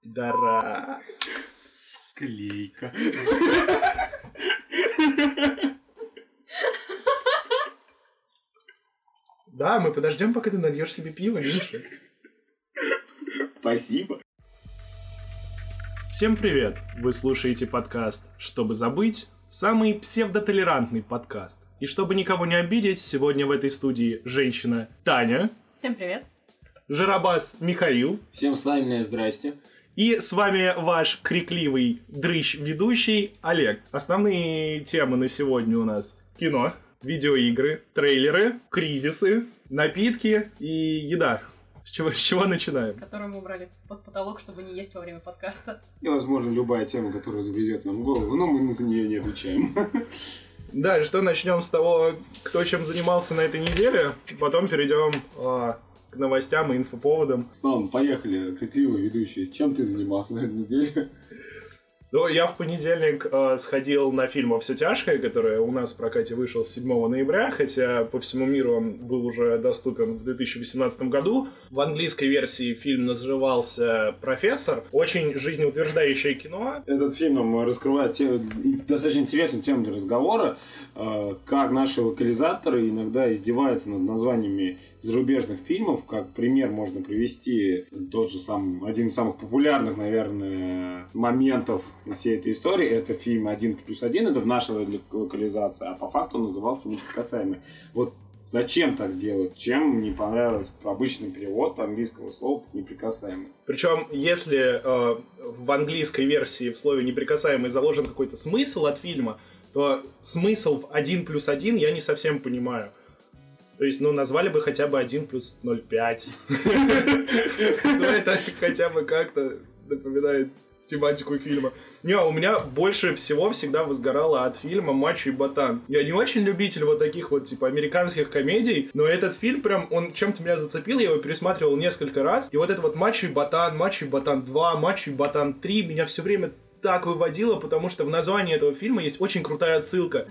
Пидорас. Склейка. Да, мы подождем, пока ты нальешь себе пиво, Миша. Спасибо. Всем привет! Вы слушаете подкаст «Чтобы забыть», самый псевдотолерантный подкаст. И чтобы никого не обидеть, сегодня в этой студии женщина Таня. Всем привет. Жиробас Михаил. Всем славное здрасте. И с вами ваш крикливый дрыщ-ведущий Олег. Основные темы на сегодня у нас кино, видеоигры, трейлеры, кризисы, напитки и еда. С чего начинаем? Которую мы убрали под потолок, чтобы не есть во время подкаста. И, возможно, любая тема, которая забредет нам в голову, но мы за нее не отвечаем. Да, и что, начнем с того, кто чем занимался на этой неделе, потом перейдем к новостям и инфоповодам. Ладно, поехали, крикливый ведущий. Чем ты занимался на этой неделе? Ну, я в понедельник сходил на фильм «Во все тяжкое», который у нас в прокате вышел с 7 ноября, хотя по всему миру он был уже доступен в 2018 году. В английской версии фильм назывался «Профессор». Очень жизнеутверждающее кино. Этот фильм нам раскрывает достаточно интересную тему для разговора, как наши локализаторы иногда издеваются над названиями зарубежных фильмов. Как пример можно привести тот же самый, один из самых популярных, наверное, моментов всей этой истории. Это фильм «1+1», это в нашей локализации, а по факту он назывался «Неприкасаемый». Вот зачем так делать? Чем не понравился обычный перевод английского слова «неприкасаемый»? Причем, если в английской версии в слове «неприкасаемый» заложен какой-то смысл от фильма, то смысл в 1+1 я не совсем понимаю. То есть, назвали бы хотя бы 1+0,5. Это хотя бы как-то напоминает тематику фильма. У меня больше всего всегда возгорало от фильма «Мачо и Ботан». Я не очень любитель вот таких вот, типа, американских комедий, но этот фильм прям, он чем-то меня зацепил, я его пересматривал несколько раз, и вот это вот «Мачо и Ботан», «Мачо и Ботан 2», «Мачо и Ботан 3» меня все время так выводило, потому что в названии этого фильма есть очень крутая отсылка.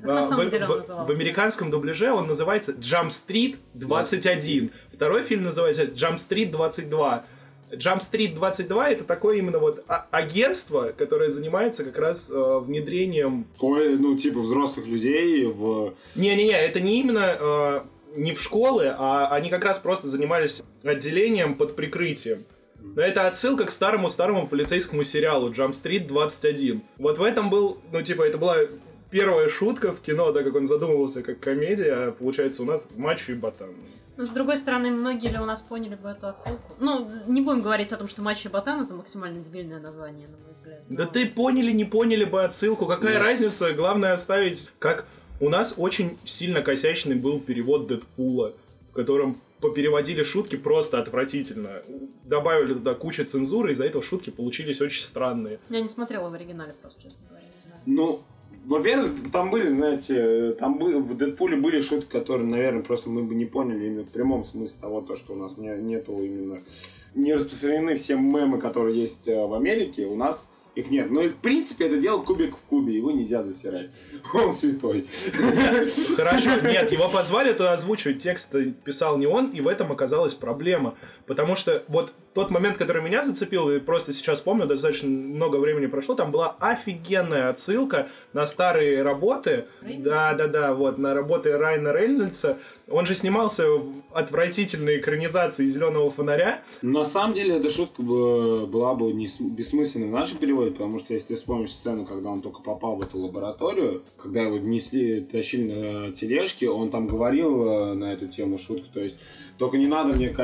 В американском дубляже он называется «Jump Street 21». Второй фильм называется «Jump Street 22». Jump Street 22 это такое именно вот агентство, которое занимается как раз внедрением... типа взрослых людей в... Не-не-не, это не именно не в школы, а они как раз просто занимались отделением под прикрытием. Но это отсылка к старому-старому полицейскому сериалу Jump Street 21. Вот в этом был, это была первая шутка в кино, да, как он задумывался как комедия, а получается у нас «Мачо и Ботан». Но, с другой стороны, многие ли у нас поняли бы эту отсылку? Не будем говорить о том, что «Мачо и Ботан» — это максимально дебильное название, на мой взгляд. Но... Да ты поняли, не поняли бы отсылку, какая разница? Главное оставить, как у нас очень сильно косячный был перевод «Дэдпула», в котором попереводили шутки просто отвратительно. Добавили туда кучу цензуры, из-за этого шутки получились очень странные. Я не смотрела в оригинале просто, честно говоря, не знаю. Во-первых, там были, знаете, в Дэдпуле были шутки, которые, наверное, просто мы бы не поняли именно в прямом смысле того, что у нас нету именно... Не распространены все мемы, которые есть в Америке, у нас их нет. Но, в принципе, это дело кубик в кубе, его нельзя засирать. Он святой. Хорошо, нет, его позвали туда озвучивать, текст писал не он, и в этом оказалась проблема. Потому что вот тот момент, который меня зацепил, и просто сейчас помню, достаточно много времени прошло, там была офигенная отсылка на старые работы. Да, вот, на работы Райана Рейнольдса. Он же снимался в отвратительной экранизации «Зеленого фонаря». На самом деле, эта шутка была бы бессмысленной в нашем переводе, потому что, если ты вспомнишь сцену, когда он только попал в эту лабораторию, когда его тащили на тележке, он там говорил на эту тему шутку, то есть «Только не надо мне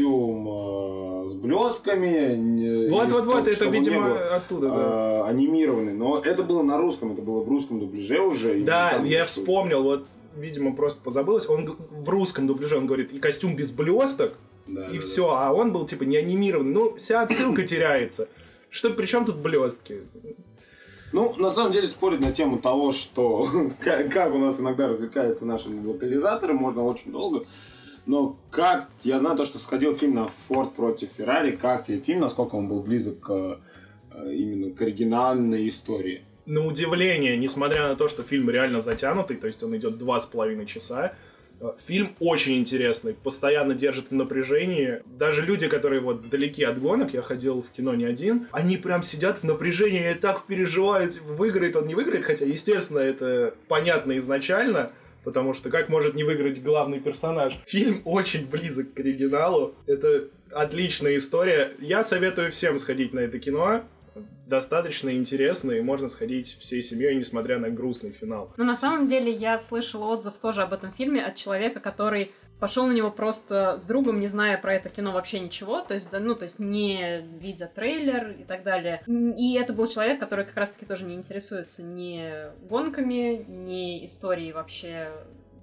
костюм с блесками». Вот, это, видимо, оттуда, да. Анимированный. Но это было на русском, это было в русском дубляже уже. Да, я вспомнил, вот, видимо, просто позабылось. Он в русском дубляже, он говорит, и костюм без блесток, и все, а он был, типа, не анимированный. Вся отсылка теряется. При чем тут блестки? На самом деле, спорить на тему того, что как у нас иногда развлекаются наши локализаторы, можно очень долго. Но я знаю то, что сходил фильм на «Форд против Феррари», как тебе фильм, насколько он был близок именно к оригинальной истории? На удивление, несмотря на то, что фильм реально затянутый, то есть он идет 2,5 часа, Фильм очень интересный, постоянно держит в напряжении. Даже люди, которые вот далеки от гонок, я ходил в кино не один, они прям сидят в напряжении и так переживают, выиграет он, не выиграет, хотя, естественно, это понятно изначально, потому что как может не выиграть главный персонаж? Фильм очень близок к оригиналу, это отличная история. Я советую всем сходить на это кино. Достаточно интересно, и можно сходить всей семьей, несмотря на грустный финал. Но на самом деле я слышала отзыв тоже об этом фильме от человека, который пошел на него просто с другом, не зная про это кино вообще ничего, то есть, не видя трейлер и так далее. И это был человек, который как раз-таки тоже не интересуется ни гонками, ни историей вообще,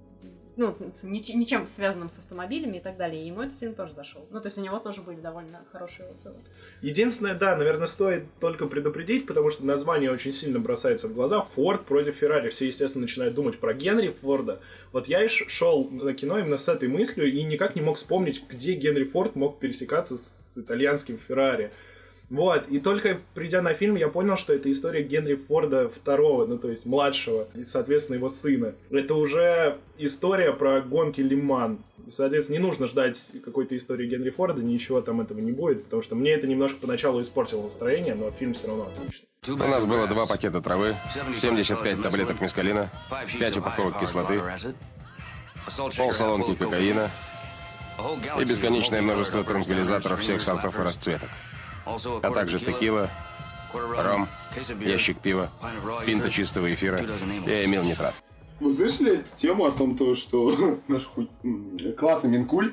ничем связанным с автомобилями и так далее. И ему этот фильм тоже зашел. То есть у него тоже были довольно хорошие отзывы. Единственное, да, наверное, стоит только предупредить, потому что название очень сильно бросается в глаза. Форд против Феррари. Все, естественно, начинают думать про Генри Форда. Вот я и шел на кино именно с этой мыслью и никак не мог вспомнить, где Генри Форд мог пересекаться с итальянским Феррари. Вот, и только придя на фильм, я понял, что это история Генри Форда второго, то есть младшего, и, соответственно, его сына. Это уже история про гонки Лиман. И, соответственно, не нужно ждать какой-то истории Генри Форда, ничего там этого не будет, потому что мне это немножко поначалу испортило настроение, но фильм все равно отличный. У нас было 2 пакета травы, 75 таблеток мескалина, 5 упаковок кислоты, полсалонки кокаина и бесконечное множество транквилизаторов всех сортов и расцветок. А также текила, ром, ящик пива, пинта чистого эфира и эмилнитрат. Вы слышали эту тему о том, что наш классный Минкульт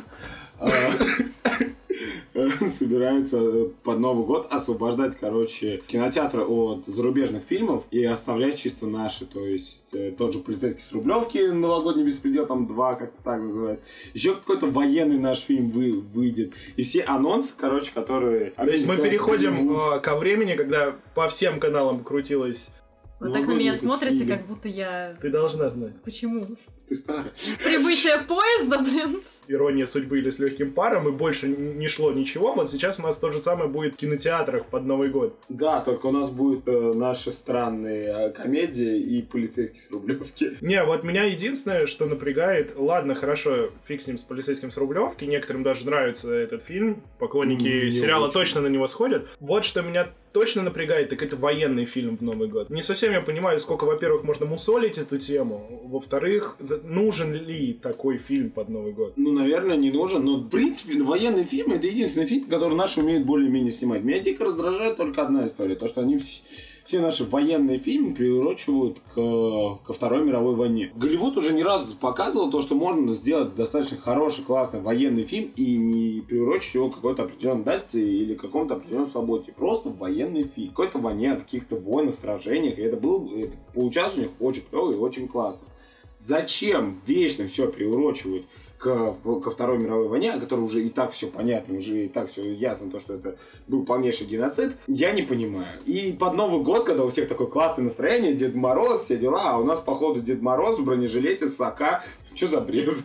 собирается под Новый год освобождать, кинотеатры от зарубежных фильмов и оставлять чисто наши. То есть тот же «Полицейский с Рублевки», «Новогодний беспредел», там 2, как так называется. Еще какой-то военный наш фильм выйдет. И все анонсы, которые... То есть мы переходим ко времени, когда по всем каналам крутилось... Вы так на меня смотрите, как будто я... Ты должна знать. Почему? Ты старая. Прибытие поезда, блин. «Ирония судьбы» или «С легким паром», и больше не шло ничего. Вот сейчас у нас то же самое будет в кинотеатрах под Новый год. Да, только у нас будет наши странные комедии и «Полицейский с Рублевки». Не, вот меня единственное, что напрягает... Ладно, хорошо, фиг с ним, с «Полицейским с Рублевки». Некоторым даже нравится этот фильм. Поклонники сериала точно на него сходят. Вот что меня точно напрягает, так это военный фильм в Новый год. Не совсем я понимаю, сколько, во-первых, можно мусолить эту тему. Во-вторых, нужен ли такой фильм под Новый год? Наверное, не нужен, но в принципе военный фильм — это единственный фильм, который наши умеют более-менее снимать. Меня дико раздражает только одна история, то что они все наши военные фильмы приурочивают ко Второй мировой войне. Голливуд уже не раз показывал то, что можно сделать достаточно хороший, классный военный фильм и не приурочить его к какой-то определенной дате или какому-то определенному событию. Просто военный фильм. Какой-то войне, о каких-то войнах, сражениях. И это получалось у них очень клево и очень классно. Зачем вечно все приурочивать ко Второй мировой войне, о которой уже и так все понятно, уже и так все ясно, то, что это был полнейший геноцид, я не понимаю. И под Новый год, когда у всех такое классное настроение, Дед Мороз, все дела, а у нас, походу, Дед Мороз в бронежилете, сока. Что за бред?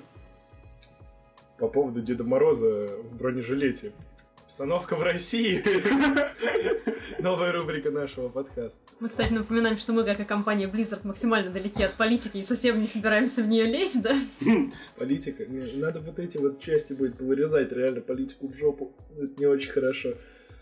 По поводу Деда Мороза в бронежилете. Обстановка в России. Новая рубрика нашего подкаста. Мы, кстати, напоминаем, что мы, как и компания Blizzard, максимально далеки от политики и совсем не собираемся в нее лезть, да? Политика. Надо вот эти вот части будет вырезать, реально, политику в жопу. Это не очень хорошо.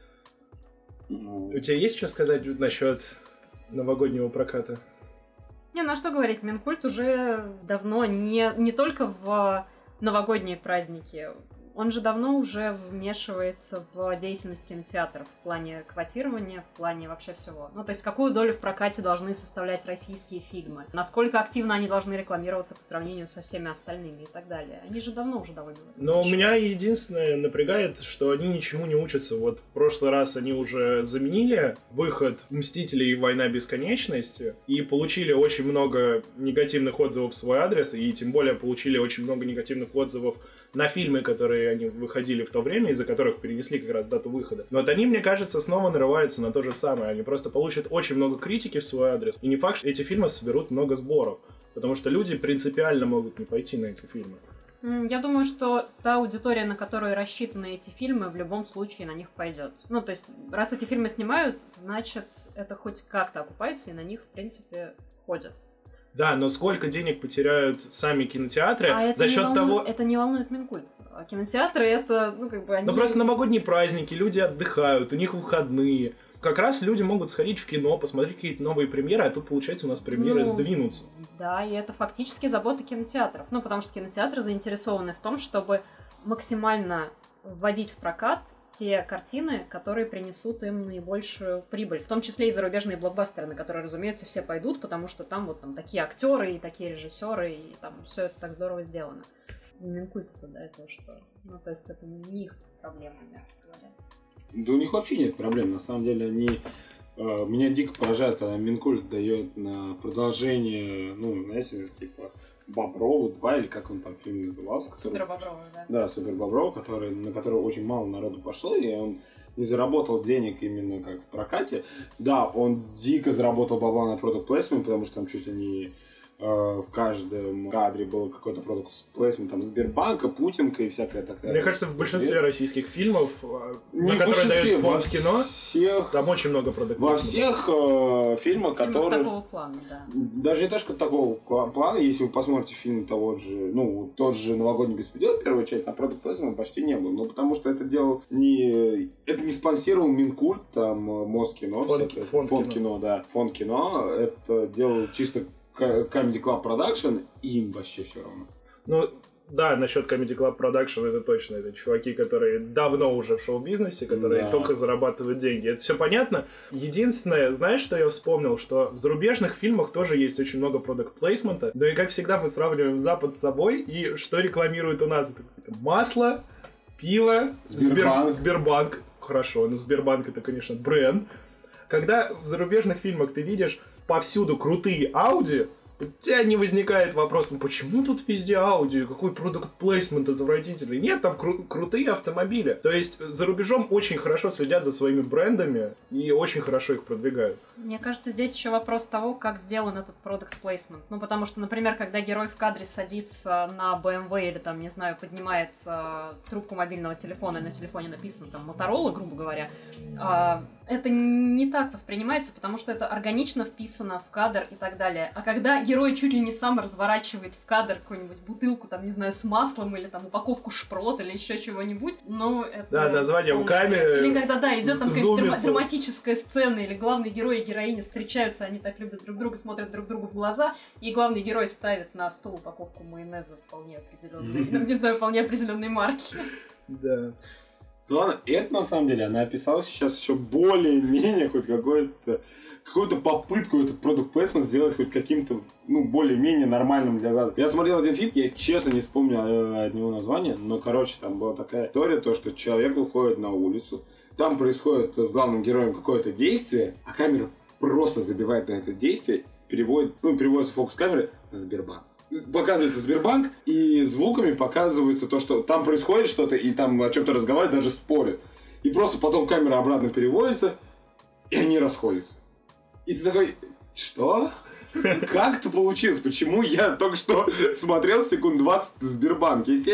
У тебя есть что сказать насчет новогоднего проката? На что говорить, Минкульт уже давно не только в новогодние праздники. Он же давно уже вмешивается в деятельность кинотеатров в плане квотирования, в плане вообще всего. То есть какую долю в прокате должны составлять российские фильмы, насколько активно они должны рекламироваться по сравнению со всеми остальными и так далее. Они же давно уже довольно... Но меня единственное напрягает, что они ничему не учатся. Вот в прошлый раз они уже заменили выход «Мстителей. Война бесконечности» и получили очень много негативных отзывов в свой адрес, и тем более получили очень много негативных отзывов на фильмы, которые они выходили в то время, из-за которых перенесли как раз дату выхода. Но вот они, мне кажется, снова нарываются на то же самое. Они просто получат очень много критики в свой адрес. И не факт, что эти фильмы соберут много сборов. Потому что люди принципиально могут не пойти на эти фильмы. Я думаю, что та аудитория, на которую рассчитаны эти фильмы, в любом случае на них пойдет. То есть, раз эти фильмы снимают, значит, это хоть как-то окупается, и на них, в принципе, ходят. Да, но сколько денег потеряют сами кинотеатры за счет того... Это не волнует Минкульт. А кинотеатры это, они... Ну просто новогодние праздники, люди отдыхают, у них выходные. Как раз люди могут сходить в кино, посмотреть какие-то новые премьеры, а тут, получается, у нас премьеры сдвинутся. Да, и это фактически забота кинотеатров. Потому что кинотеатры заинтересованы в том, чтобы максимально вводить в прокат те картины, которые принесут им наибольшую прибыль. В том числе и зарубежные блокбастеры, на которые, разумеется, все пойдут, потому что там такие актеры и такие режиссеры, и там все это так здорово сделано. Минкульт-то до этого что? То есть это не их проблема, мягко говоря. Да у них вообще нет проблем. На самом деле они... Меня дико поражает, когда Минкульт дает на продолжение, знаете, типа Боброву 2, или как он там фильм назывался. Супер Бобровый, да. Да, Супер Бобров, на который очень мало народу пошло, и он не заработал денег именно как в прокате. Да, он дико заработал бабла на продукт плейсмент, потому что там чуть ли не в каждом кадре был какой-то продукт плейсмент, там Сбербанка, Путинка и всякая такая. Мне кажется, в большинстве российских фильмов, на которые дают фонд кино, там очень много продуктов. Во всех фильмах, которые... такого плана, да. Даже не то, что такого плана, если вы посмотрите фильм того же, тот же «Новогодний беспредел», первая часть, на продукт плейсмент почти не было. Потому что это делал не... Это не спонсировал Минкульт, там, Москино, фонд кино, да. Фонд кино, это делал чисто Comedy Club Production, и им вообще все равно. Да, насчет Comedy Club Production это точно. Это чуваки, которые давно уже в шоу-бизнесе, которые только зарабатывают деньги. Это все понятно. Единственное, знаешь, что я вспомнил? Что в зарубежных фильмах тоже есть очень много продакт-плейсмента. Да и как всегда мы сравниваем Запад с собой, и что рекламирует у нас? Это масло, пиво, Сбербанк. Хорошо, но Сбербанк это, конечно, бренд. Когда в зарубежных фильмах ты видишь повсюду крутые Audi, у тебя не возникает вопрос, почему тут везде Audi, какой продукт-плейсмент отвратительный. Нет, там крутые автомобили. То есть за рубежом очень хорошо следят за своими брендами и очень хорошо их продвигают. Мне кажется, здесь еще вопрос того, как сделан этот продукт-плейсмент. Потому что, например, когда герой в кадре садится на BMW или там, не знаю, поднимает трубку мобильного телефона, и на телефоне написано там Motorola, грубо говоря, это не так воспринимается, потому что это органично вписано в кадр и так далее. А когда герой чуть ли не сам разворачивает в кадр какую-нибудь бутылку, там, не знаю, с маслом или там упаковку шпрот или еще чего-нибудь, это... Да, названием камеры. Или когда, идет там какая-то драматическая сцена, или главный герой и героиня встречаются, они так любят друг друга, смотрят друг другу в глаза, и главный герой ставит на стол упаковку майонеза вполне определенной, не знаю, вполне определенной марки. Да. Ладно, это на самом деле, она описала сейчас еще более-менее хоть какую-то попытку этот продукт плейсмент сделать хоть каким-то, более-менее нормальным для глаза. Я смотрел один фильм, я честно не вспомню от него название, но, там была такая история, то, что человек выходит на улицу, там происходит с главным героем какое-то действие, а камера просто забивает на это действие, переводится фокус камеры на Сбербанк. Показывается Сбербанк, и звуками показывается то, что там происходит что-то, и там о чем-то разговаривают, даже спорят. И просто потом камера обратно переводится, и они расходятся. И ты такой, что? Как это получилось? Почему я только что смотрел секунд 20 на Сбербанк? Если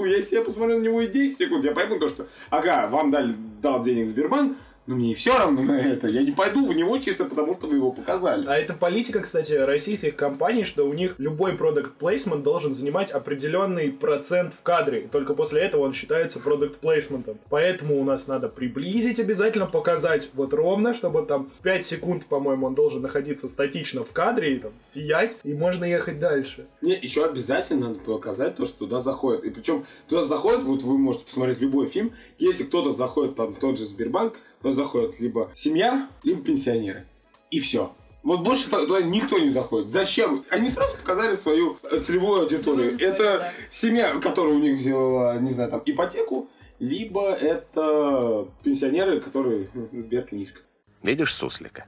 я посмотрел на него и 10 секунд, я пойму то, что вам дал денег Сбербанк, но мне и все равно на это. Я не пойду в него чисто потому, что вы его показали. А это политика, кстати, российских компаний, что у них любой продукт плейсмент должен занимать определенный процент в кадре. Только после этого он считается продукт плейсментом. Поэтому у нас надо приблизить, обязательно показать ровно, чтобы там 5 секунд, по-моему, он должен находиться статично в кадре и сиять, и можно ехать дальше. Не, еще обязательно надо показать то, что туда заходит. И причем туда заходит, вы можете посмотреть любой фильм, если кто-то заходит, там тот же Сбербанк, туда заходит либо семья, либо пенсионеры. И все. Больше туда никто не заходит. Зачем? Они сразу показали свою целевую аудиторию. Это семья, которая у них взяла, не знаю, там, ипотеку, либо это пенсионеры, которые Сберкнижка. Видишь суслика?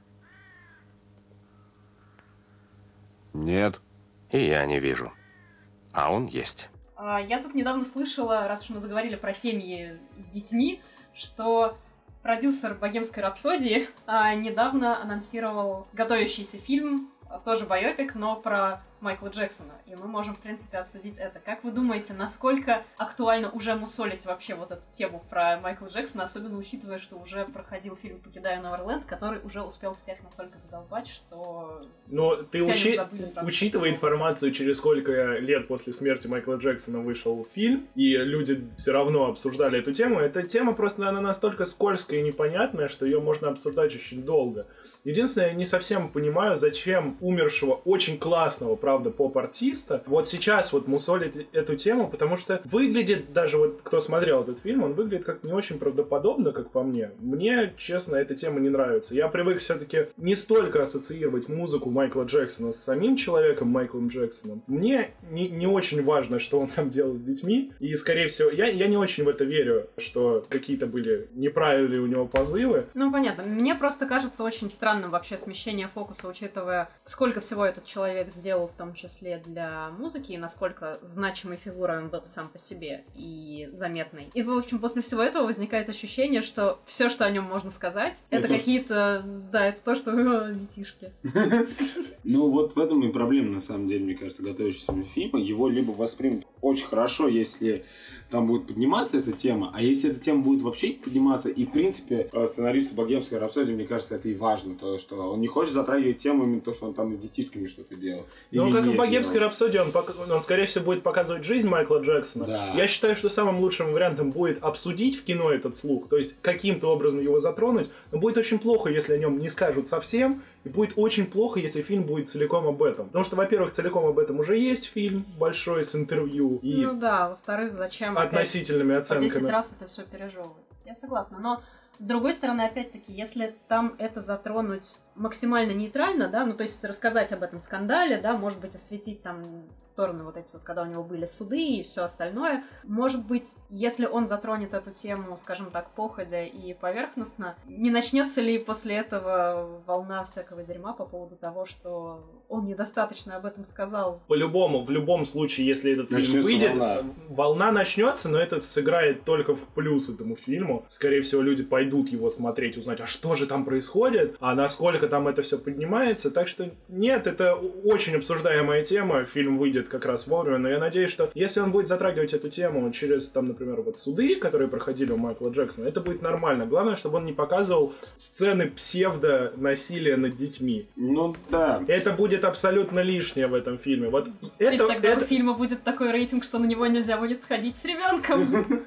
Нет. И я не вижу. А он есть. Я тут недавно слышала, раз уж мы заговорили про семьи с детьми, что продюсер «Богемской рапсодии» недавно анонсировал готовящийся фильм, тоже байопик, но про Майкла Джексона, и мы можем, в принципе, обсудить это. Как вы думаете, насколько актуально уже мусолить вообще вот эту тему про Майкла Джексона, особенно учитывая, что уже проходил фильм «Покидая Неверленд», который уже успел всех настолько задолбать, что... Но ты учитывая информацию, через сколько лет после смерти Майкла Джексона вышел фильм, и люди все равно обсуждали эту тему, эта тема просто, она настолько скользкая и непонятная, что ее можно обсуждать очень долго. Единственное, я не совсем понимаю, зачем умершего, очень классного, правда, поп-артиста вот сейчас вот мусолить эту тему, потому что выглядит, даже вот кто смотрел этот фильм, он выглядит как-то не очень правдоподобно, как по мне. Мне, честно, эта тема не нравится. Я привык все-таки не столько ассоциировать музыку Майкла Джексона с самим человеком Майклом Джексоном. Мне не очень важно, что он там делал с детьми, и, скорее всего, я не очень в это верю, что какие-то были неправильные у него позывы. Ну, понятно. Мне просто кажется очень странным вообще смещение фокуса, учитывая, сколько всего этот человек сделал, в том числе для музыки, и насколько значимой фигурой он был сам по себе и заметной. И, в общем, после всего этого возникает ощущение, что все, что о нем можно сказать, это какие-то... Да, это то, что детишки. Ну, вот в этом и проблема, на самом деле, мне кажется, готовящегося фильма. Его либо воспримут очень хорошо, если там будет подниматься эта тема, а если эта тема будет вообще не подниматься, и, в принципе, сценаристу «Богемской рапсодии», мне кажется, это и важно, то, что он не хочет затрагивать тему именно то, что он там с детишками что-то делал. Ну, как в «Богемской рапсодии», он, скорее всего, будет показывать жизнь Майкла Джексона. Да. Я считаю, что самым лучшим вариантом будет обсудить в кино этот слух, то есть каким-то образом его затронуть, но будет очень плохо, если о нем не скажут совсем, и будет очень плохо, если фильм будет целиком об этом. Потому что, во-первых, целиком об этом уже есть фильм большой с интервью. И ну да, во-вторых, зачем с относительными оценками. По 10 раз это все пережевывать. Я согласна, но с другой стороны, опять-таки, если там это затронуть максимально нейтрально, да, ну, то есть рассказать об этом скандале, да, может быть, осветить там стороны вот эти вот, когда у него были суды и все остальное, может быть, если он затронет эту тему, скажем так, походя и поверхностно, не начнется ли после этого волна всякого дерьма по поводу того, что он недостаточно об этом сказал? По-любому, в любом случае, если этот фильм выйдет, волна начнется, но это сыграет только в плюс этому фильму. Скорее всего, люди пойдут его смотреть, узнать, а что же там происходит, а насколько там это все поднимается. Так что нет, это очень обсуждаемая тема. Фильм выйдет как раз вовремя, но я надеюсь, что если он будет затрагивать эту тему через, там, например, вот суды, которые проходили у Майкла Джексона, это будет нормально. Главное, чтобы он не показывал сцены псевдо-насилия над детьми. Ну да. Это будет абсолютно лишнее в этом фильме. Вот ведь тогда у фильма будет такой рейтинг, что на него нельзя будет сходить с ребенком.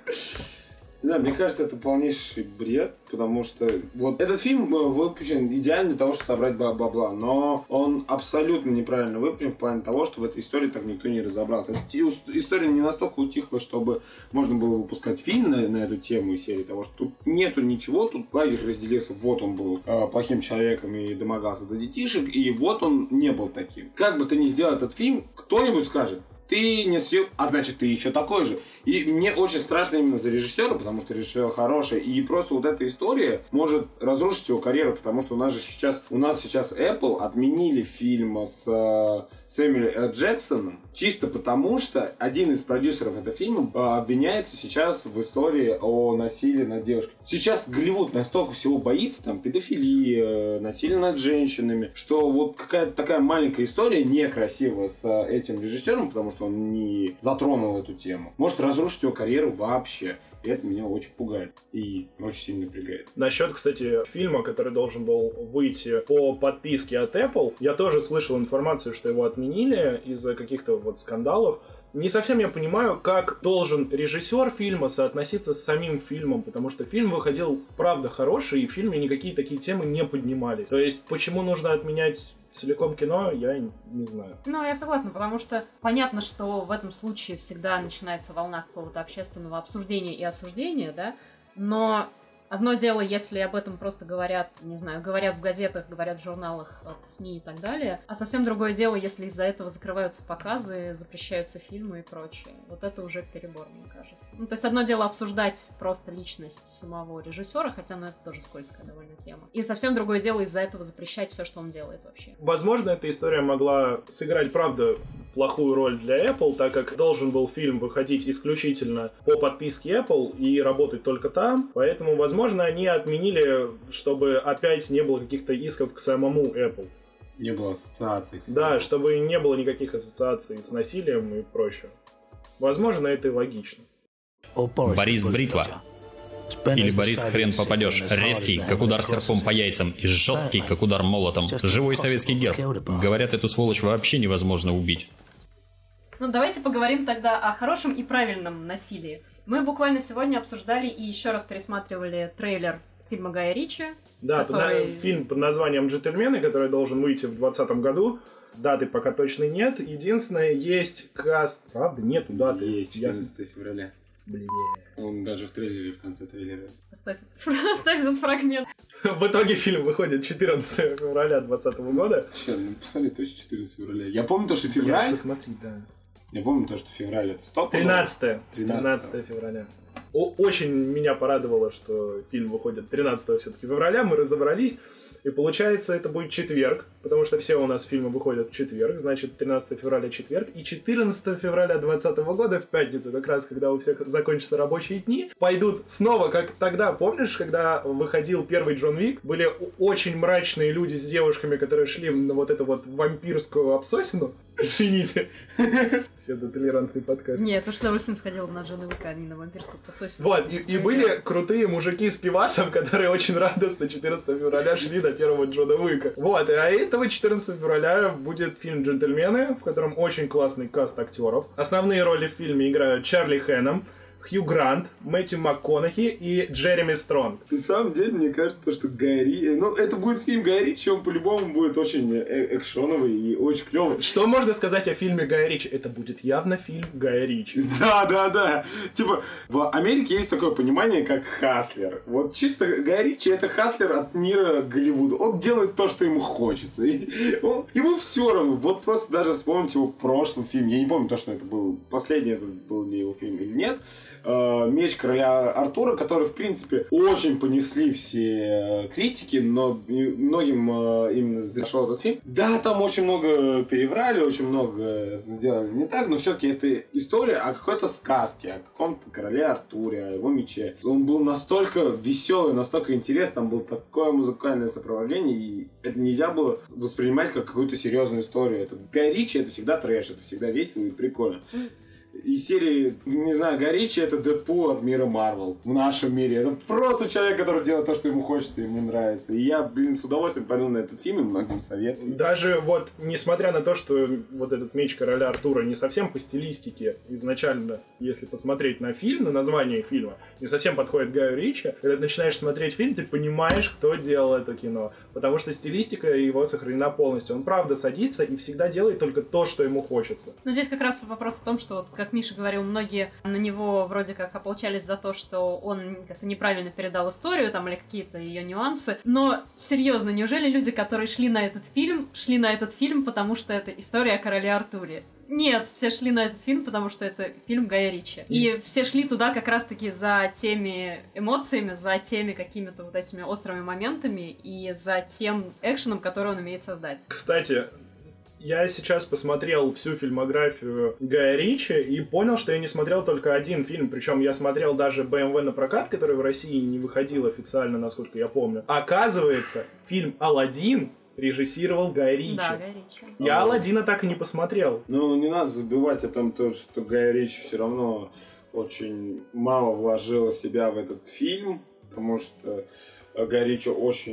Да, мне кажется, это полнейший бред, потому что вот этот фильм выпущен идеально для того, чтобы собрать бабла, но он абсолютно неправильно выпущен в плане того, что в этой истории так никто не разобрался. История не настолько утихла, чтобы можно было выпускать фильм на эту тему из серии того, что тут нету ничего, тут лагерь разделился, вот он был плохим человеком и домогался до детишек, и вот он не был таким. Как бы ты ни сделал этот фильм, кто-нибудь скажет: ты не съел, а значит, ты еще такой же. И мне очень страшно именно за режиссера, потому что режиссер хороший. И просто вот эта история может разрушить его карьеру, потому что у нас сейчас Apple отменили фильм с Сэмюэлем Л. Джексоном, чисто потому что один из продюсеров этого фильма обвиняется сейчас в истории о насилии над девушкой. Сейчас Голливуд настолько всего боится, там, педофилии, насилия над женщинами, что вот какая-то такая маленькая история некрасивая с этим режиссером, потому что он не затронул эту тему, может разрушить его карьеру вообще. И это меня очень пугает и очень сильно напрягает. Насчет, кстати, фильма, который должен был выйти по подписке от Apple, я тоже слышал информацию, что его отменили из-за каких-то вот скандалов. Не совсем я понимаю, как должен режиссер фильма соотноситься с самим фильмом, потому что фильм выходил, правда, хороший, и в фильме никакие такие темы не поднимались. То есть, почему нужно отменять целиком кино, я не знаю. Ну, я согласна, потому что понятно, что в этом случае всегда начинается волна какого-то общественного обсуждения и осуждения, да, но одно дело, если об этом просто говорят, не знаю, говорят в газетах, говорят в журналах, в СМИ и так далее, а совсем другое дело, если из-за этого закрываются показы, запрещаются фильмы и прочее. Вот это уже перебор, мне кажется. Ну, то есть одно дело обсуждать просто личность самого режиссера, хотя, ну, это тоже скользкая довольно тема. И совсем другое дело из-за этого запрещать все, что он делает вообще. Возможно, эта история могла сыграть, правда, плохую роль для Apple, так как должен был фильм выходить исключительно по подписке Apple и работать только там, поэтому, возможно, они отменили, чтобы опять не было каких-то исков к самому Apple. Не было ассоциаций. Да, чтобы не было никаких ассоциаций с насилием и прочее. Возможно, это и логично. Борис Бритва. Или Борис Хрен попадешь. Резкий, как удар серпом по яйцам, и жесткий, как удар молотом. Живой советский герб. Говорят, эту сволочь вообще невозможно убить. Ну, давайте поговорим тогда о хорошем и правильном насилии. Мы буквально сегодня обсуждали и еще раз пересматривали трейлер фильма Гая Ричи. Да, фильм под названием «Джентльмены», который должен выйти в 2020 году. Даты пока точно нет. Единственное, есть каст... Правда? Нету даты. Есть 14 февраля. Блин. Он даже в трейлере, в конце трейлера. Оставь этот фрагмент. В итоге фильм выходит 14 февраля 2020 года. Че, написали точно 14 февраля. Я помню то, что февраль... Посмотри, да. Я помню то, что февраль это 13 февраля. Очень меня порадовало, что фильм выходит 13 все-таки февраля. Мы разобрались. И получается, это будет четверг, потому что все у нас фильмы выходят в четверг, значит, 13 февраля четверг, и 14 февраля 2020 года в пятницу, как раз когда у всех закончатся рабочие дни, пойдут снова, как тогда, помнишь, когда выходил первый Джон Уик, были очень мрачные люди с девушками, которые шли на вот эту вот вампирскую обсосину. Извините. Псевдотолерантный подкаст. Нет, я с удовольствием сходила на Джона Уика, а не на вампирскую подсосину. Вот, и были крутые мужики с пивасом, которые очень радостно 14 февраля шли до первого Джона Уика. Вот, а этого 14 февраля будет фильм «Джентльмены», в котором очень классный каст актеров. Основные роли в фильме играют Чарли Хэннем, Хью Грант, Мэтью МакКонахи и Джереми Стронг. На самом деле, мне кажется, что Гай Ричи... Ну, это будет фильм Гая Ричи, он по-любому будет очень экшоновый и очень клевый. Что можно сказать о фильме Гая Ричи? Это будет явно фильм Гая Ричи. Да. Типа, в Америке есть такое понимание, как хаслер. Вот чисто Гай Ричи — это хаслер от мира Голливуда. Он делает то, что ему хочется. Ему все равно. Вот просто даже вспомните его прошлый фильм. Я не помню точно, это был последний, это был ли его фильм или нет. «Меч короля Артура», который, в принципе, очень понесли все критики, но многим именно зашел этот фильм. Да, там очень много переврали, очень много сделали не так, но все-таки это история о какой-то сказке, о каком-то короле Артуре, о его мече. Он был настолько веселый, настолько интересный, там было такое музыкальное сопровождение, и это нельзя было воспринимать как какую-то серьезную историю. Это Гай Ричи — это всегда трэш, это всегда весело и прикольно. Из серии, не знаю, Гай Ричи — это Дэдпул от мира Марвел. В нашем мире. Это просто человек, который делает то, что ему хочется, ему нравится. И я, с удовольствием пойду на этот фильм и многим советую. Даже вот, несмотря на то, что вот этот «Меч короля Артура» не совсем по стилистике изначально, если посмотреть на фильм, на название фильма, не совсем подходит Гаю Ричи, когда ты начинаешь смотреть фильм, ты понимаешь, кто делал это кино. Потому что стилистика его сохранена полностью. Он правда садится и всегда делает только то, что ему хочется. Но здесь как раз вопрос в том, что, вот, как Миша говорил, многие на него вроде как ополчались за то, что он как-то неправильно передал историю там или какие-то ее нюансы. Но серьезно, неужели люди, которые шли на этот фильм, потому что это история о короле Артуре? Нет, все шли на этот фильм, потому что это фильм Гая Ричи. И все шли туда как раз-таки за теми эмоциями, за теми какими-то вот этими острыми моментами и за тем экшеном, который он умеет создать. Кстати, я сейчас посмотрел всю фильмографию Гая Ричи и понял, что я не смотрел только один фильм. Причем я смотрел даже «БМВ на прокат», который в России не выходил официально, насколько я помню. Оказывается, фильм «Аладдин» режиссировал Гай Ричи. Да, Гай Ричи. Я «Аладдина» так и не посмотрел. Ну, не надо забывать о том, что Гай Ричи все равно очень мало вложил себя в этот фильм, потому что Гай Ричи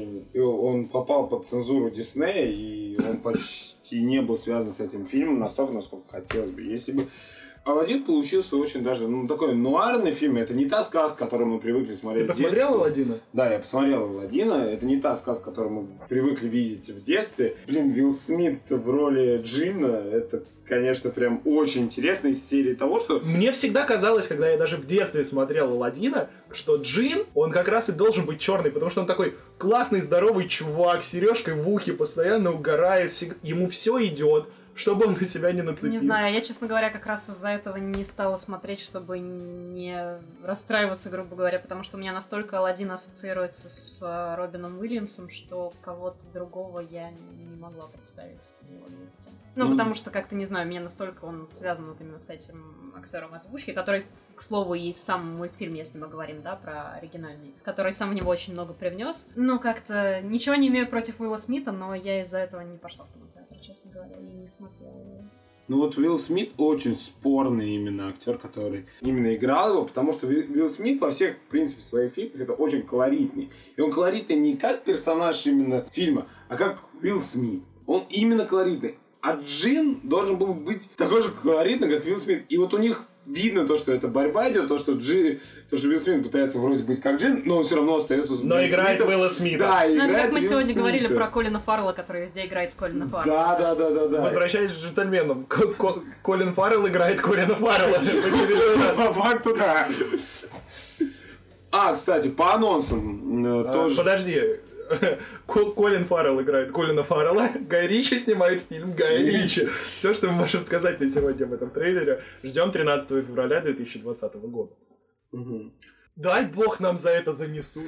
он попал под цензуру Диснея, и он почти не был связан с этим фильмом настолько, насколько хотелось бы. Если бы «Аладдин» получился очень даже, такой нуарный фильм. Это не та сказка, которую мы привыкли смотреть. Ты посмотрел «Аладдина»? Да, я посмотрел «Аладдина». Это не та сказка, которую мы привыкли видеть в детстве. Уилл Смит в роли Джинна, это, конечно, прям очень интересно из серии того, что... Мне всегда казалось, когда я даже в детстве смотрел «Аладдина», что Джин, он как раз и должен быть черный, потому что он такой классный, здоровый чувак, с сережкой в ухе, постоянно угорает, ему все идет, чтобы он на себя не нацепил. Не знаю, я, честно говоря, как раз из-за этого не стала смотреть, чтобы не расстраиваться, грубо говоря, потому что у меня настолько «Аладдин» ассоциируется с Робином Уильямсом, что кого-то другого я не могла представить в его месте. Потому что, как-то, не знаю, мне настолько он связан вот именно с этим актером озвучки, который, к слову, и в самом мультфильме, если мы говорим, да, про оригинальный, который сам в него очень много привнес. Ну, как-то ничего не имею против Уилла Смита, но я из-за этого не пошла в кинотеатр, честно говоря, и не смотрела его. Ну вот Уилл Смит очень спорный именно актер, который именно играл его, потому что Уилл Смит во всех, в принципе, своих фильмах это очень колоритный. И он колоритный не как персонаж именно фильма, а как Уилл Смит. Он именно колоритный. А Джин должен был быть такой же колоритный, как Уилл Смит. И вот у них видно то, что это борьба идет, то, что Уилл Смит пытается вроде быть как Джин, но он все равно остается с Но играет Уилла Смита. Да, ну, играет это как мы Уилла сегодня Смита. говорили про Колина Фаррелла, который везде играет Колина Фаррелла. Да. Возвращаясь к джентльменам, Колин Фаррелл играет Колина Фаррелла. По факту, да. Кстати, по анонсам тоже... Подожди. Колин Фаррелл играет Колина Фаррелла, Гай Ричи снимает фильм Гая Ричи. Все, что мы можем сказать на сегодня в этом трейлере. Ждем 13 февраля 2020 года. Угу. Дай бог нам за это занесут.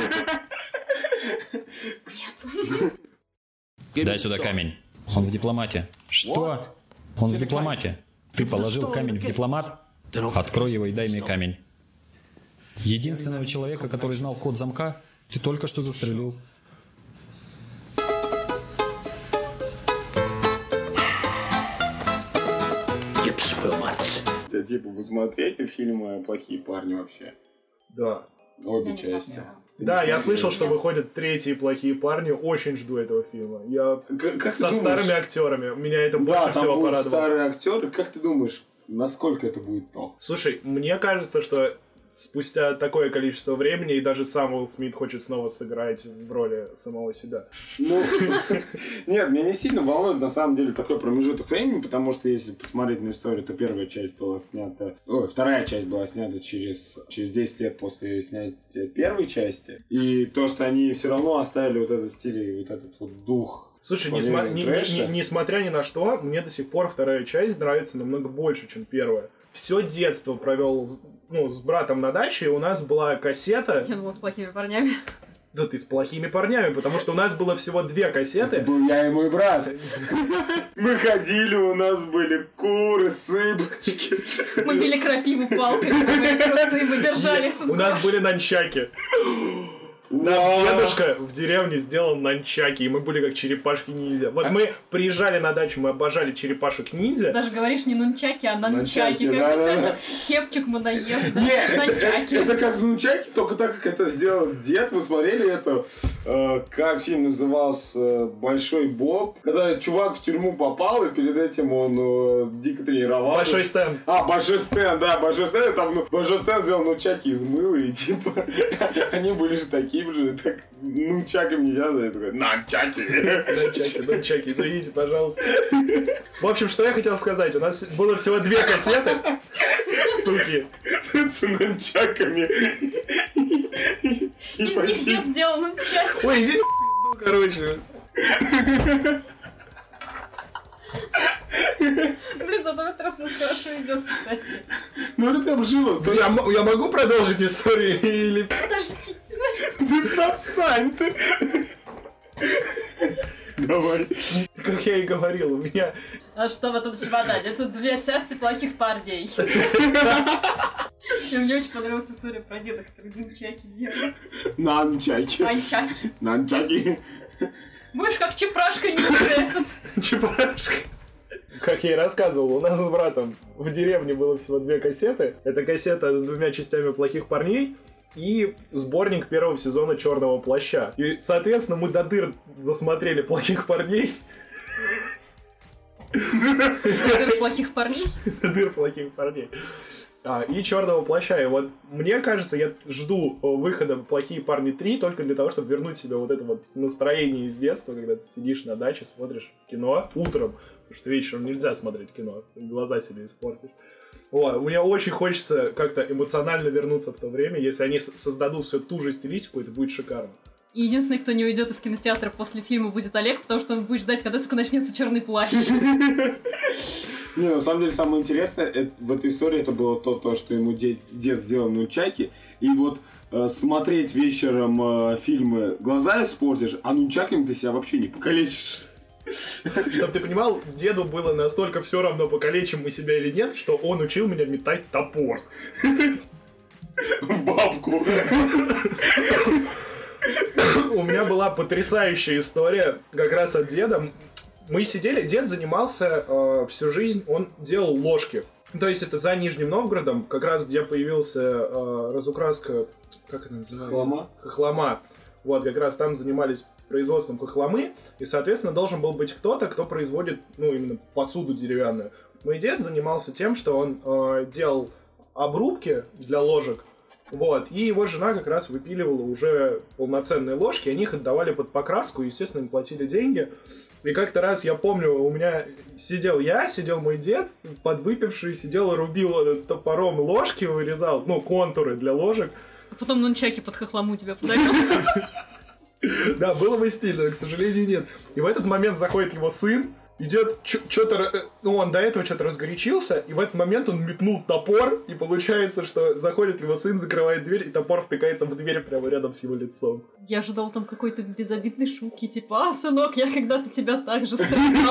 Дай сюда камень. Он в дипломате. Что? Он в дипломате. Ты положил камень в дипломат? Открой его и дай мне камень. Единственного человека, который знал код замка, ты только что застрелил. Типа, вы смотрите фильмы «Плохие парни» вообще? Да. Обе части. Да, я слышал, что выходят третьи «Плохие парни». Очень жду этого фильма. Я как со старыми актерами. Меня это больше всего будут порадовало. Старые актеры. Как ты думаешь, насколько это будет то? Слушай, мне кажется, что спустя такое количество времени и даже сам Уилл Смит хочет снова сыграть в роли самого себя. Ну, нет, меня не сильно волнует на самом деле такой промежуток времени, потому что если посмотреть на историю, то первая часть была снята... вторая часть была снята через 10 лет после снятия первой части. И то, что они все равно оставили вот этот стиль и вот этот вот дух. Слушай, несмотря ни на что, мне до сих пор вторая часть нравится намного больше, чем первая. Все детство провел с братом на даче, и у нас была кассета... Я думала, с плохими парнями. Да ты с плохими парнями, потому что у нас было всего 2 кассеты. Это был я и мой брат. Мы ходили, у нас были куры, цыпочки. Мы били крапиву палкой, мы держали их тут. У нас были нанчаки. Наш дедушка в деревне сделал нанчаки, и мы были как черепашки-ниндзя. Вот мы приезжали на дачу, мы обожали черепашек-ниндзя. Даже говоришь не нунчаки, а нанчаки. Как это кепчик мудоест. Нет, это как нунчаки, только так, как это сделал дед. Вы смотрели это, как фильм назывался «Большой Боб», когда чувак в тюрьму попал, и перед этим он дико тренировался. Большой Стэн. Большой Стэн, да, Большой Стэн. Там Большой Стэн сделал нунчаки из мыла, и типа они были же такие же, так нунчаками нельзя, я такой, нунчаки, извините, пожалуйста. В общем, что я хотел сказать, у нас было всего 2 кассеты, суки. С нунчаками. Из них дед сделал нунчаки. Ой, иди короче. Блин, зато в этот раз нас хорошо идет, кстати. Ну это прям живо. Я могу продолжить историю или... Подожди. Ты отстань, ты. Давай. Как я и говорил, у меня... А что в этом чемодане? Тут 2 части плохих парней. Мне очень понравилась история про деда, который нунчаки делает. Нанчаки. Нанчаки. Будешь как чепрашка ниндзя этот. Чепрашка. Как я и рассказывал, у нас с братом в деревне было всего 2 кассеты. Это кассета с 2 частями «Плохих парней» и сборник 1-го сезона «Черного плаща». И, соответственно, мы до дыр засмотрели «Плохих парней». До дыр плохих парней? До дыр плохих парней. И «Черного плаща». И вот мне кажется, я жду выхода «Плохие парни 3» только для того, чтобы вернуть себе вот это вот настроение из детства, когда ты сидишь на даче, смотришь кино утром, потому что вечером нельзя смотреть кино, глаза себе испортишь. Мне очень хочется как-то эмоционально вернуться в то время. Если они создадут всю ту же стилистику, это будет шикарно. Единственный, кто не уйдет из кинотеатра после фильма, будет Олег, потому что он будет ждать, когда, сука, начнется «Черный плащ». Не, на самом деле, самое интересное в этой истории это было то, что ему дед сделал нунчаки. И вот смотреть вечером фильмы глаза испортишь, а нунчаками ты себя вообще не покалечишь. Чтобы ты понимал, деду было настолько все равно, покалечим мы себя или нет, что он учил меня метать топор. В бабку. У меня была потрясающая история как раз от деда. Мы сидели, дед занимался всю жизнь, он делал ложки. То есть это за Нижним Новгородом, как раз где появился разукраска, как это называется? Хохлома. Вот, как раз там занимались производством хохломы, и, соответственно, должен был быть кто-то, кто производит, именно посуду деревянную. Мой дед занимался тем, что он делал обрубки для ложек, вот, и его жена как раз выпиливала уже полноценные ложки, они их отдавали под покраску, и, естественно, им платили деньги. И как-то раз, я помню, у меня сидел мой дед, подвыпивший, сидел и рубил топором ложки, вырезал, контуры для ложек. А потом нунчаки под хохлому тебе подарил. Да, было бы стильно, к сожалению, нет. И в этот момент заходит его сын, идет что-то, он до этого что-то разгорячился, и в этот момент он метнул топор, и получается, что заходит его сын, закрывает дверь, и топор впекается в дверь прямо рядом с его лицом. Я ожидал там какой-то безобидной шутки, типа, сынок, я когда-то тебя так же стрелял.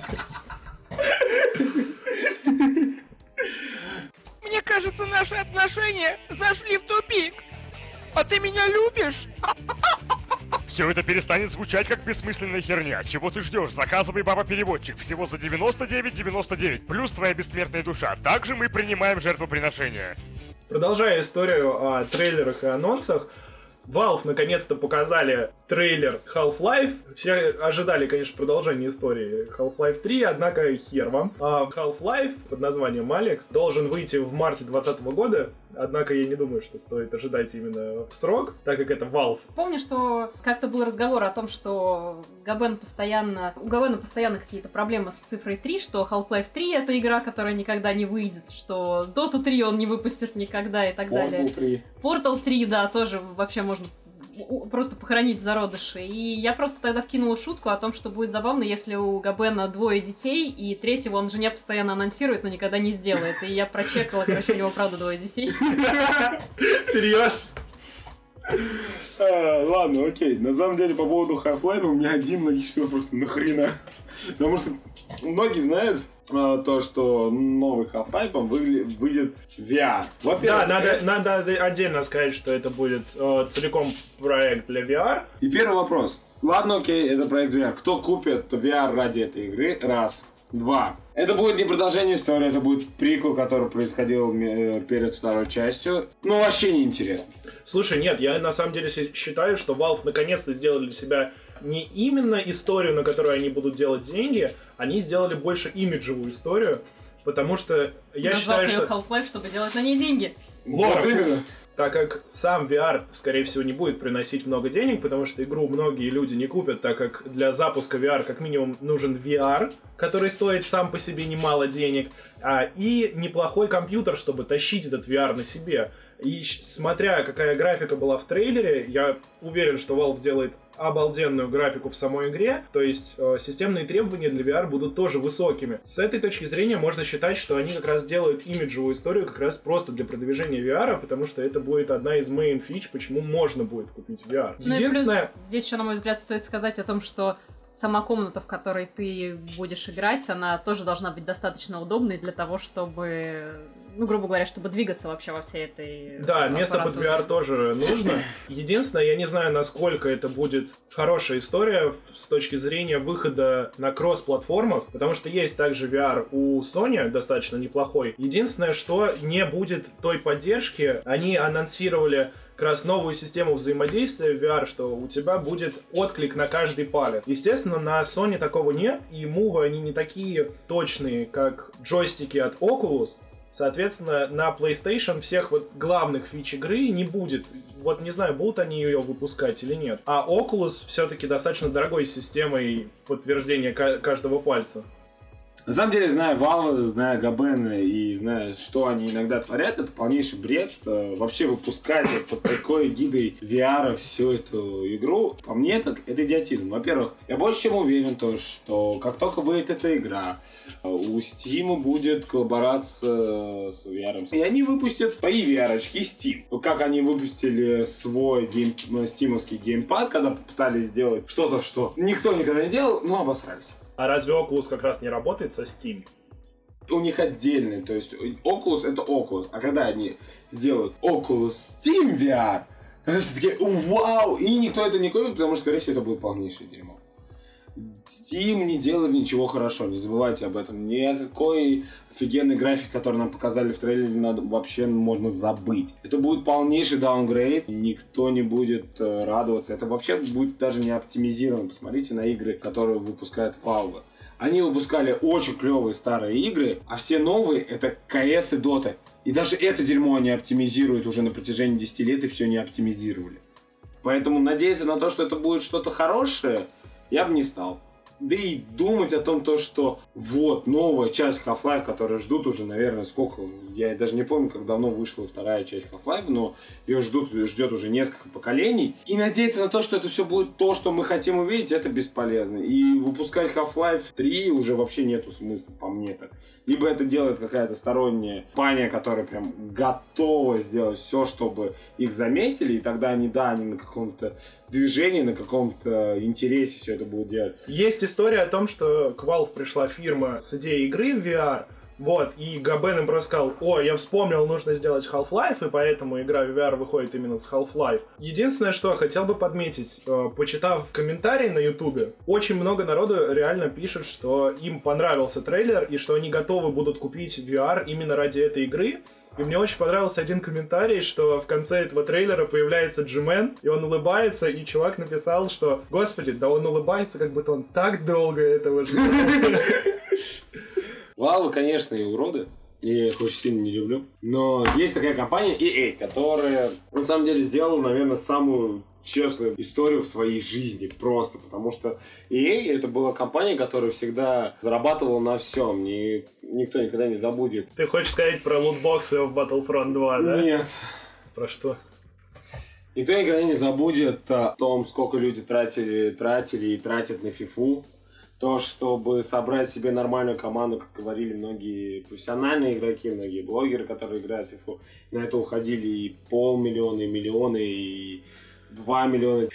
Мне кажется, наши отношения зашли в тупик. А ты меня любишь? Все это перестанет звучать как бессмысленная херня. Чего ты ждешь? Заказывай баба-переводчик всего за 99,99, плюс твоя бессмертная душа. Также мы принимаем жертвоприношения. Продолжая историю о трейлерах и анонсах, Valve наконец-то показали трейлер Half-Life. Все ожидали, конечно, продолжения истории Half-Life 3, однако хер вам. Half-Life под названием Alyx должен выйти в марте 2020 года, однако я не думаю, что стоит ожидать именно в срок, так как это Valve. Помню, что как-то был разговор о том, что у Габена постоянно какие-то проблемы с цифрой 3, что Half-Life 3 это игра, которая никогда не выйдет, что Dota 3 он не выпустит никогда и так далее. Portal 3. Portal 3, да, тоже вообще можно просто похоронить зародыши. И я просто тогда вкинула шутку о том, что будет забавно, если у Габена 2 детей, и третьего он жене постоянно анонсирует, но никогда не сделает. И я прочекала, короче, у него правда 2 детей. Серьезно? Ладно, окей. На самом деле, по поводу Half-Life у меня один логичный вопрос. Нахрена? Потому что многие знают то, что новый Half-Life выйдет в VR. Да, надо отдельно сказать, что это будет целиком проект для VR. И первый вопрос. Ладно, окей, это проект VR. Кто купит VR ради этой игры? Раз. 2. Это будет не продолжение истории, это будет приквел, который происходил перед второй частью. Ну, вообще не интересно. Слушай, нет, я на самом деле считаю, что Valve наконец-то сделали для себя не именно историю, на которую они будут делать деньги, они сделали больше имиджевую историю, потому что я считаю, что... Назвав её Half-Life, чтобы делать на ней деньги. Вот именно. Так как сам VR, скорее всего, не будет приносить много денег, потому что игру многие люди не купят, так как для запуска VR как минимум нужен VR, который стоит сам по себе немало денег, и неплохой компьютер, чтобы тащить этот VR на себе. И смотря какая графика была в трейлере, я уверен, что Valve делает обалденную графику в самой игре, то есть системные требования для VR будут тоже высокими. С этой точки зрения можно считать, что они как раз делают имиджевую историю как раз просто для продвижения VR, потому что это будет одна из main фич, почему можно будет купить VR. Единственное... плюс, здесь еще, на мой взгляд, стоит сказать о том, что сама комната, в которой ты будешь играть, она тоже должна быть достаточно удобной для того, чтобы, грубо говоря, чтобы двигаться вообще во всей этой Да, место под VR тоже нужно. Единственное, я не знаю, насколько это будет хорошая история с точки зрения выхода на кросс-платформах, потому что есть также VR у Sony, достаточно неплохой. Единственное, что не будет той поддержки, они анонсировали как раз новую систему взаимодействия в VR, что у тебя будет отклик на каждый палец. Естественно, на Sony такого нет, и мувы, они не такие точные, как джойстики от Oculus. Соответственно, на PlayStation всех вот главных фич игры не будет. Вот не знаю, будут они ее выпускать или нет. А Oculus все-таки достаточно дорогой системой подтверждения каждого пальца. На самом деле, зная Valve, зная Габена и зная, что они иногда творят, это полнейший бред. Вообще выпускать под такой гидой VR всю эту игру, по мне, это идиотизм. Во-первых, я больше чем уверен, что как только выйдет эта игра, у Steam будет коллаборация с VR. И они выпустят свои VR-очки Steam. Как они выпустили свой стимовский геймпад, когда попытались сделать что-то, что никто никогда не делал, но обосрались. А разве Oculus как раз не работает со Steam? У них отдельный, то есть Oculus это Oculus, а когда они сделают Oculus Steam VR, то все такие вау, и никто это не купит, потому что, скорее всего, это будет полнейшее дерьмо. Steam не делает ничего хорошо, не забывайте об этом. Никакой офигенный график, который нам показали в трейлере, вообще можно забыть. Это будет полнейший даунгрейд, никто не будет радоваться. Это вообще будет даже не оптимизировано. Посмотрите на игры, которые выпускает Valve. Они выпускали очень клевые старые игры, а все новые это CS и Dota. И даже это дерьмо они оптимизируют уже на протяжении 10 лет и все не оптимизировали. Поэтому надеяться на то, что это будет что-то хорошее, я бы не стал. Да и думать о том, что вот новая часть Half-Life, которую ждут уже, наверное, сколько, я даже не помню, как давно вышла вторая часть Half-Life, но ее ждет уже несколько поколений. И надеяться на то, что это все будет то, что мы хотим увидеть, это бесполезно. И выпускать Half-Life 3 уже вообще нету смысла, по мне так. Либо это делает какая-то сторонняя компания, которая прям готова сделать все, чтобы их заметили, и тогда они на каком-то движении, на каком-то интересе все это будут делать. Есть история о том, что к Valve пришла фирма с идеей игры в VR, вот, и Габен им просто сказал: я вспомнил, нужно сделать Half-Life, и поэтому игра в VR выходит именно с Half-Life. Единственное, что хотел бы подметить, почитав комментарии на Ютубе, очень много народу реально пишет, что им понравился трейлер, и что они готовы будут купить VR именно ради этой игры. И мне очень понравился один комментарий, что в конце этого трейлера появляется G-Man, и он улыбается, и чувак написал, что: господи, да он улыбается, как будто он так долго этого ждал. Valve, конечно, и уроды. Я их очень сильно не люблю. Но есть такая компания EA, которая на самом деле сделала, наверное, самую честную историю в своей жизни. Просто потому что EA это была компания, которая всегда зарабатывала на всем. Никто никогда не забудет. Ты хочешь сказать про лутбоксы в Battlefront 2, да? Нет. Про что? Никто никогда не забудет о том, сколько люди тратили и тратят на FIFA. То, чтобы собрать себе нормальную команду, как говорили многие профессиональные игроки, многие блогеры, которые играют в FIFA, на это уходили и 500 000, и миллионы, и 2 миллиона.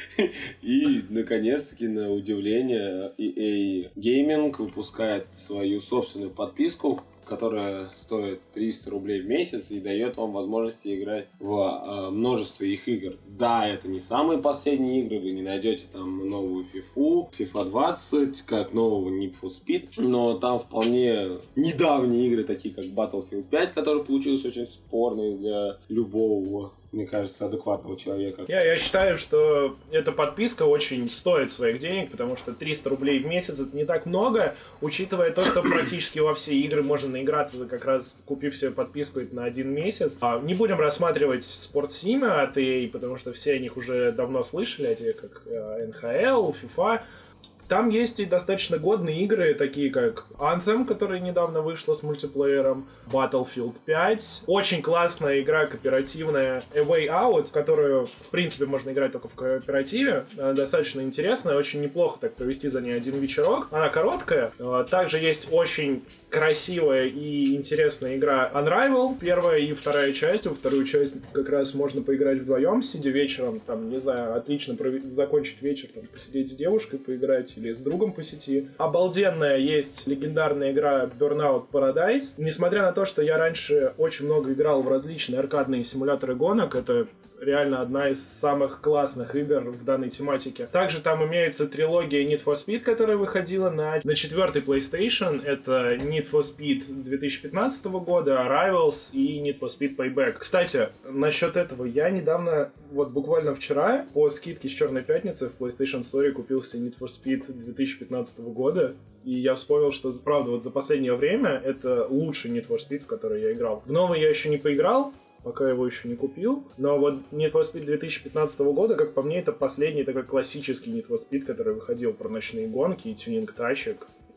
И, наконец-таки, на удивление, EA Gaming выпускает свою собственную подписку, которая стоит 300 рублей в месяц и дает вам возможность играть в множество их игр. Да, это не самые последние игры, вы не найдете там новую FIFA 20, как нового Need for Speed, но там вполне недавние игры, такие как Battlefield 5, который получился очень спорный для любого, мне кажется, адекватного человека. Я считаю, что эта подписка очень стоит своих денег, потому что 300 рублей в месяц это не так много, учитывая то, что практически во все игры можно наиграться, как раз купив себе подписку на 1 месяц. Не будем рассматривать спортсимы от EA, потому что все о них уже давно слышали, эти как NHL, FIFA. Там есть и достаточно годные игры, такие как Anthem, которая недавно вышла с мультиплеером, Battlefield 5. Очень классная игра кооперативная A Way Out, которую, в принципе, можно играть только в кооперативе. Она достаточно интересная, очень неплохо так провести за ней один вечерок. Она короткая. Также есть очень красивая и интересная игра Unravel, первая и вторая часть. Во вторую часть как раз можно поиграть вдвоем, сидя вечером, там, не знаю, отлично закончить вечер, там, посидеть с девушкой, поиграть или с другом по сети. Обалденная есть легендарная игра Burnout Paradise. Несмотря на то, что я раньше очень много играл в различные аркадные симуляторы гонок, это реально одна из самых классных игр в данной тематике. Также там имеется трилогия Need for Speed, которая выходила на 4-й PlayStation. Это Need for Speed 2015 года, Rivals и Need for Speed Payback. Кстати, насчет этого, я недавно, вот буквально вчера, по скидке с Черной Пятницы в PlayStation Store купил себе Need for Speed 2015 года. И я вспомнил, что, правда, вот за последнее время это лучший Need for Speed, в который я играл. В новый я еще не поиграл, пока его еще не купил. Но вот Need for Speed 2015 года, как по мне, это последний такой классический Need for Speed, который выходил про ночные гонки и тюнинг тачек.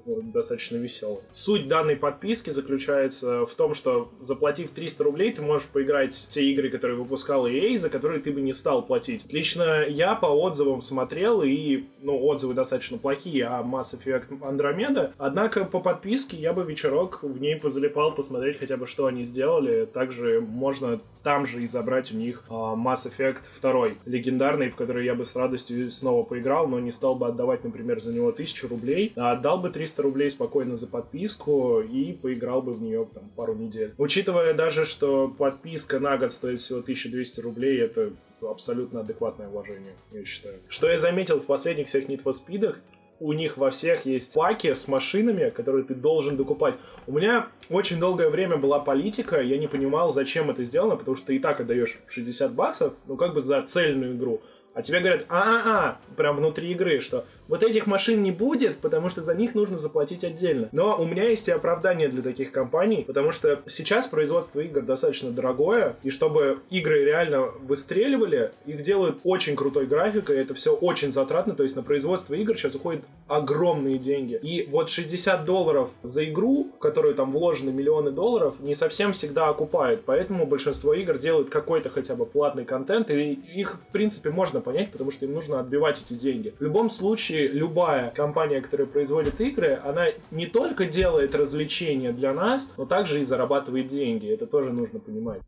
достаточно веселый. Суть данной подписки заключается в том, что заплатив 300 рублей, ты можешь поиграть в те игры, которые выпускал EA, за которые ты бы не стал платить. Лично я по отзывам смотрел, и отзывы достаточно плохие о Mass Effect Andromeda, однако по подписке я бы вечерок в ней позалипал, посмотреть хотя бы, что они сделали. Также можно там же и забрать у них Mass Effect 2, легендарный, в который я бы с радостью снова поиграл, но не стал бы отдавать, например, за него 1000 рублей, а отдал бы 300 рублей спокойно за подписку и поиграл бы в нее там пару недель. Учитывая даже, что подписка на год стоит всего 1200 рублей, это абсолютно адекватное вложение, я считаю. Что я заметил в последних всех Need for Speed'ах, у них во всех есть паки с машинами, которые ты должен докупать. У меня очень долгое время была политика, я не понимал, зачем это сделано, потому что ты и так отдаешь $60, как бы за цельную игру. А тебе говорят, прям внутри игры, что вот этих машин не будет, потому что за них нужно заплатить отдельно. Но у меня есть и оправдание для таких компаний, потому что сейчас производство игр достаточно дорогое, и чтобы игры реально выстреливали, их делают очень крутой графикой, это все очень затратно, то есть на производство игр сейчас уходят огромные деньги. И вот $60 за игру, в которую там вложены миллионы долларов, не совсем всегда окупает, поэтому большинство игр делают какой-то хотя бы платный контент, и их, в принципе, можно понять, потому что им нужно отбивать эти деньги. В любом случае, любая компания, которая производит игры, она не только делает развлечения для нас, но также и зарабатывает деньги. Это тоже нужно понимать.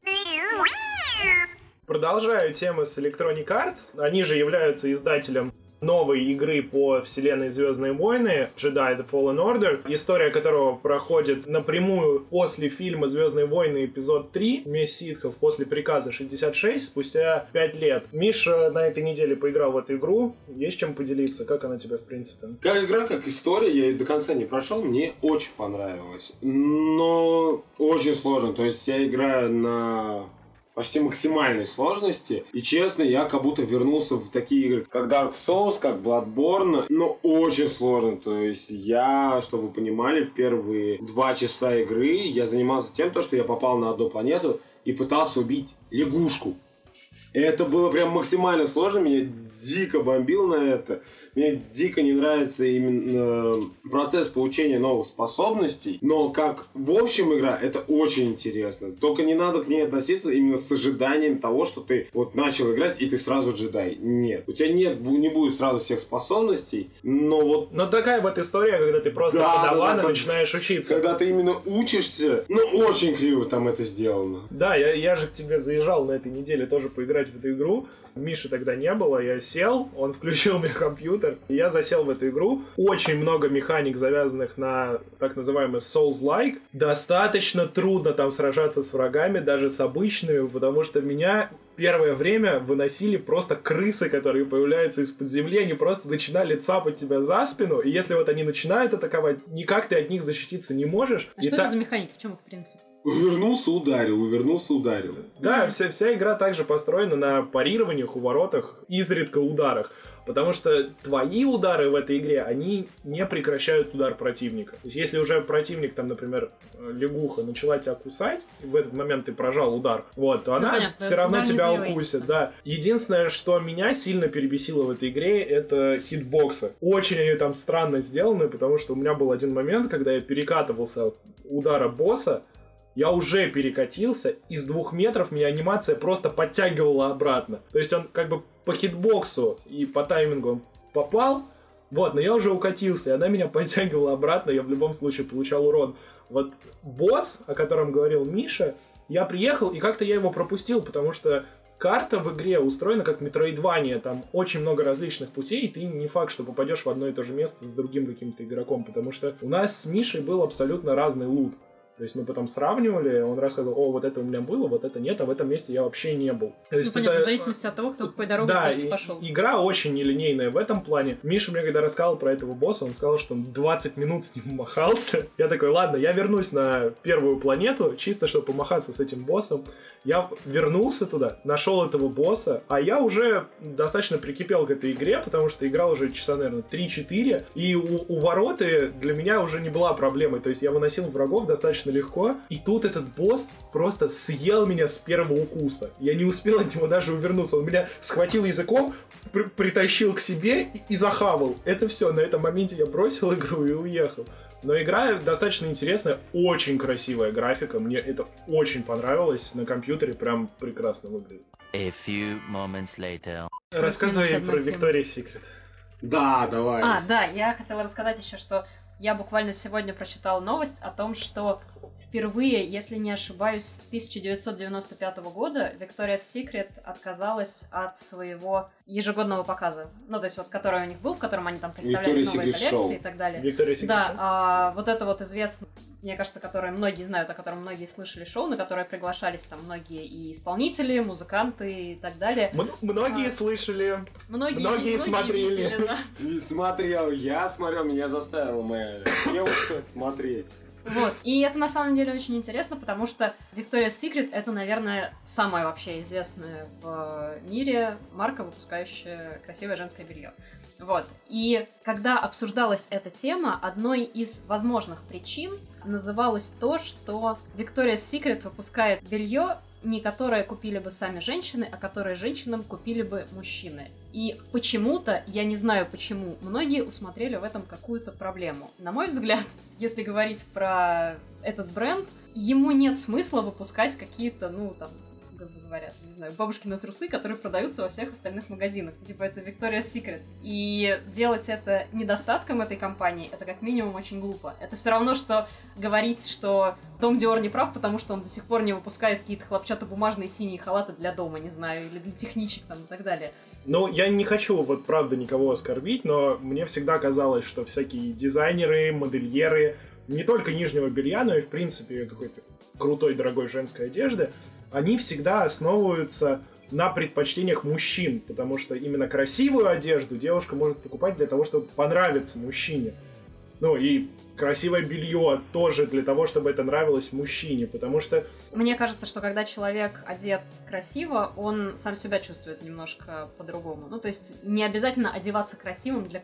Продолжаю тему с Electronic Arts. Они же являются издателем новой игры по вселенной Звездные войны Jedi The Fallen Order, история которого проходит напрямую после фильма Звездные войны эпизод 3 «Месть ситхов», после приказа 66, спустя 5 лет. Миша на этой неделе поиграл в эту игру. Есть чем поделиться? Как она тебе, в принципе? Как игра, как история, я ее до конца не прошел, мне очень понравилось. Но очень сложно. То есть я играю на почти максимальной сложности. И честно, я как будто вернулся в такие игры, как Dark Souls, как Bloodborne, но очень сложно. То есть я, чтобы вы понимали, в первые 2 часа игры я занимался тем, что я попал на одну планету и пытался убить лягушку. И это было прям максимально сложно, меня дико бомбил на это. Мне дико не нравится именно процесс получения новых способностей. Но как в общем игра, это очень интересно. Только не надо к ней относиться именно с ожиданием того, что ты вот начал играть и ты сразу джедай. Нет. У тебя не будет сразу всех способностей, но вот... Но такая вот история, когда ты просто подаван и начинаешь учиться. Когда ты именно учишься, очень криво там это сделано. Да, я же к тебе заезжал на этой неделе тоже поиграть в эту игру. Миши тогда не было, я сел, он включил мне компьютер, и я засел в эту игру. Очень много механик, завязанных на так называемый Souls-like. Достаточно трудно там сражаться с врагами, даже с обычными, потому что меня первое время выносили просто крысы, которые появляются из-под земли, они просто начинали цапать тебя за спину, и если вот они начинают атаковать, никак ты от них защититься не можешь. А что это за механика? В чем их принцип? Увернулся, ударил. Да, вся игра также построена на парированиях, уворотах, изредка ударах. Потому что твои удары в этой игре, они не прекращают удар противника. То есть если уже противник, там, например, лягуха начала тебя кусать, и в этот момент ты прожал удар, то она все равно тебя укусит. Да. Единственное, что меня сильно перебесило в этой игре, это хитбоксы. Очень они там странно сделаны, потому что у меня был один момент, когда я перекатывался от удара босса, я уже перекатился, и с 2 метров меня анимация просто подтягивала обратно. То есть он как бы по хитбоксу и по таймингу он попал, но я уже укатился, и она меня подтягивала обратно, я в любом случае получал урон. Вот босс, о котором говорил Миша, я приехал, и как-то я его пропустил, потому что карта в игре устроена как Metroidvania, там очень много различных путей, и ты не факт, что попадешь в одно и то же место с другим каким-то игроком, потому что у нас с Мишей был абсолютно разный лут. То есть мы потом сравнивали, он рассказывал, вот это у меня было, вот это нет, а в этом месте я вообще не был. То есть понятно, в зависимости от того, кто какой дорогой просто пошел. Игра очень нелинейная в этом плане. Миша мне когда рассказал про этого босса, он сказал, что он 20 минут с ним махался. Я такой, ладно, я вернусь на первую планету, чисто чтобы помахаться с этим боссом. Я вернулся туда, нашел этого босса, а я уже достаточно прикипел к этой игре, потому что играл уже часа, наверное, 3-4, и у вороты для меня уже не была проблемой. То есть я выносил врагов достаточно легко, и тут этот босс просто съел меня с первого укуса. Я не успел от него даже увернуться. Он меня схватил языком, притащил к себе и захавал. Это все. На этом моменте я бросил игру и уехал. Но игра достаточно интересная, очень красивая графика. Мне это очень понравилось. На компьютере прям прекрасно выглядит. Рассказывай про Victoria's Secret. Да, давай. Да, я хотела рассказать еще, что я буквально сегодня прочитала новость о том, что впервые, если не ошибаюсь, с 1995 года Victoria's Secret отказалась от своего ежегодного показа. Ну, то есть, вот, который у них был, в котором они там представляли новые коллекции и так далее. Victoria's Secret да, вот это вот известно, мне кажется, которое многие знают, о котором многие слышали шоу, на которое приглашались там многие и исполнители, музыканты и так далее. Многие слышали, многие смотрели. Видели, да. Не смотрел, я смотрел, меня заставила моя девушка смотреть. Вот, и это на самом деле очень интересно, потому что Victoria's Secret это, наверное, самая вообще известная в мире марка, выпускающая красивое женское белье. Вот, и когда обсуждалась эта тема, одной из возможных причин называлось то, что Victoria's Secret выпускает белье, не которое купили бы сами женщины, а которое женщинам купили бы мужчины. И почему-то, я не знаю почему, многие усмотрели в этом какую-то проблему. На мой взгляд, если говорить про этот бренд, ему нет смысла выпускать какие-то, ну, там, говорят, не знаю, бабушкины трусы, которые продаются во всех остальных магазинах. Типа это Victoria's Secret. И делать это недостатком этой компании, это как минимум очень глупо. Это все равно, что говорить, что Дом Диор не прав, потому что он до сих пор не выпускает какие-то хлопчатобумажные синие халаты для дома, не знаю, или для техничек там и так далее. Ну, я не хочу, вот правда, никого оскорбить, но мне всегда казалось, что всякие дизайнеры, модельеры, не только нижнего белья, но и, в принципе, какой-то крутой, дорогой женской одежды, они всегда основываются на предпочтениях мужчин, потому что именно красивую одежду девушка может покупать для того, чтобы понравиться мужчине. Ну и красивое белье тоже для того, чтобы это нравилось мужчине, потому что... Мне кажется, что когда человек одет красиво, он сам себя чувствует немножко по-другому. Ну, то есть не обязательно одеваться красиво для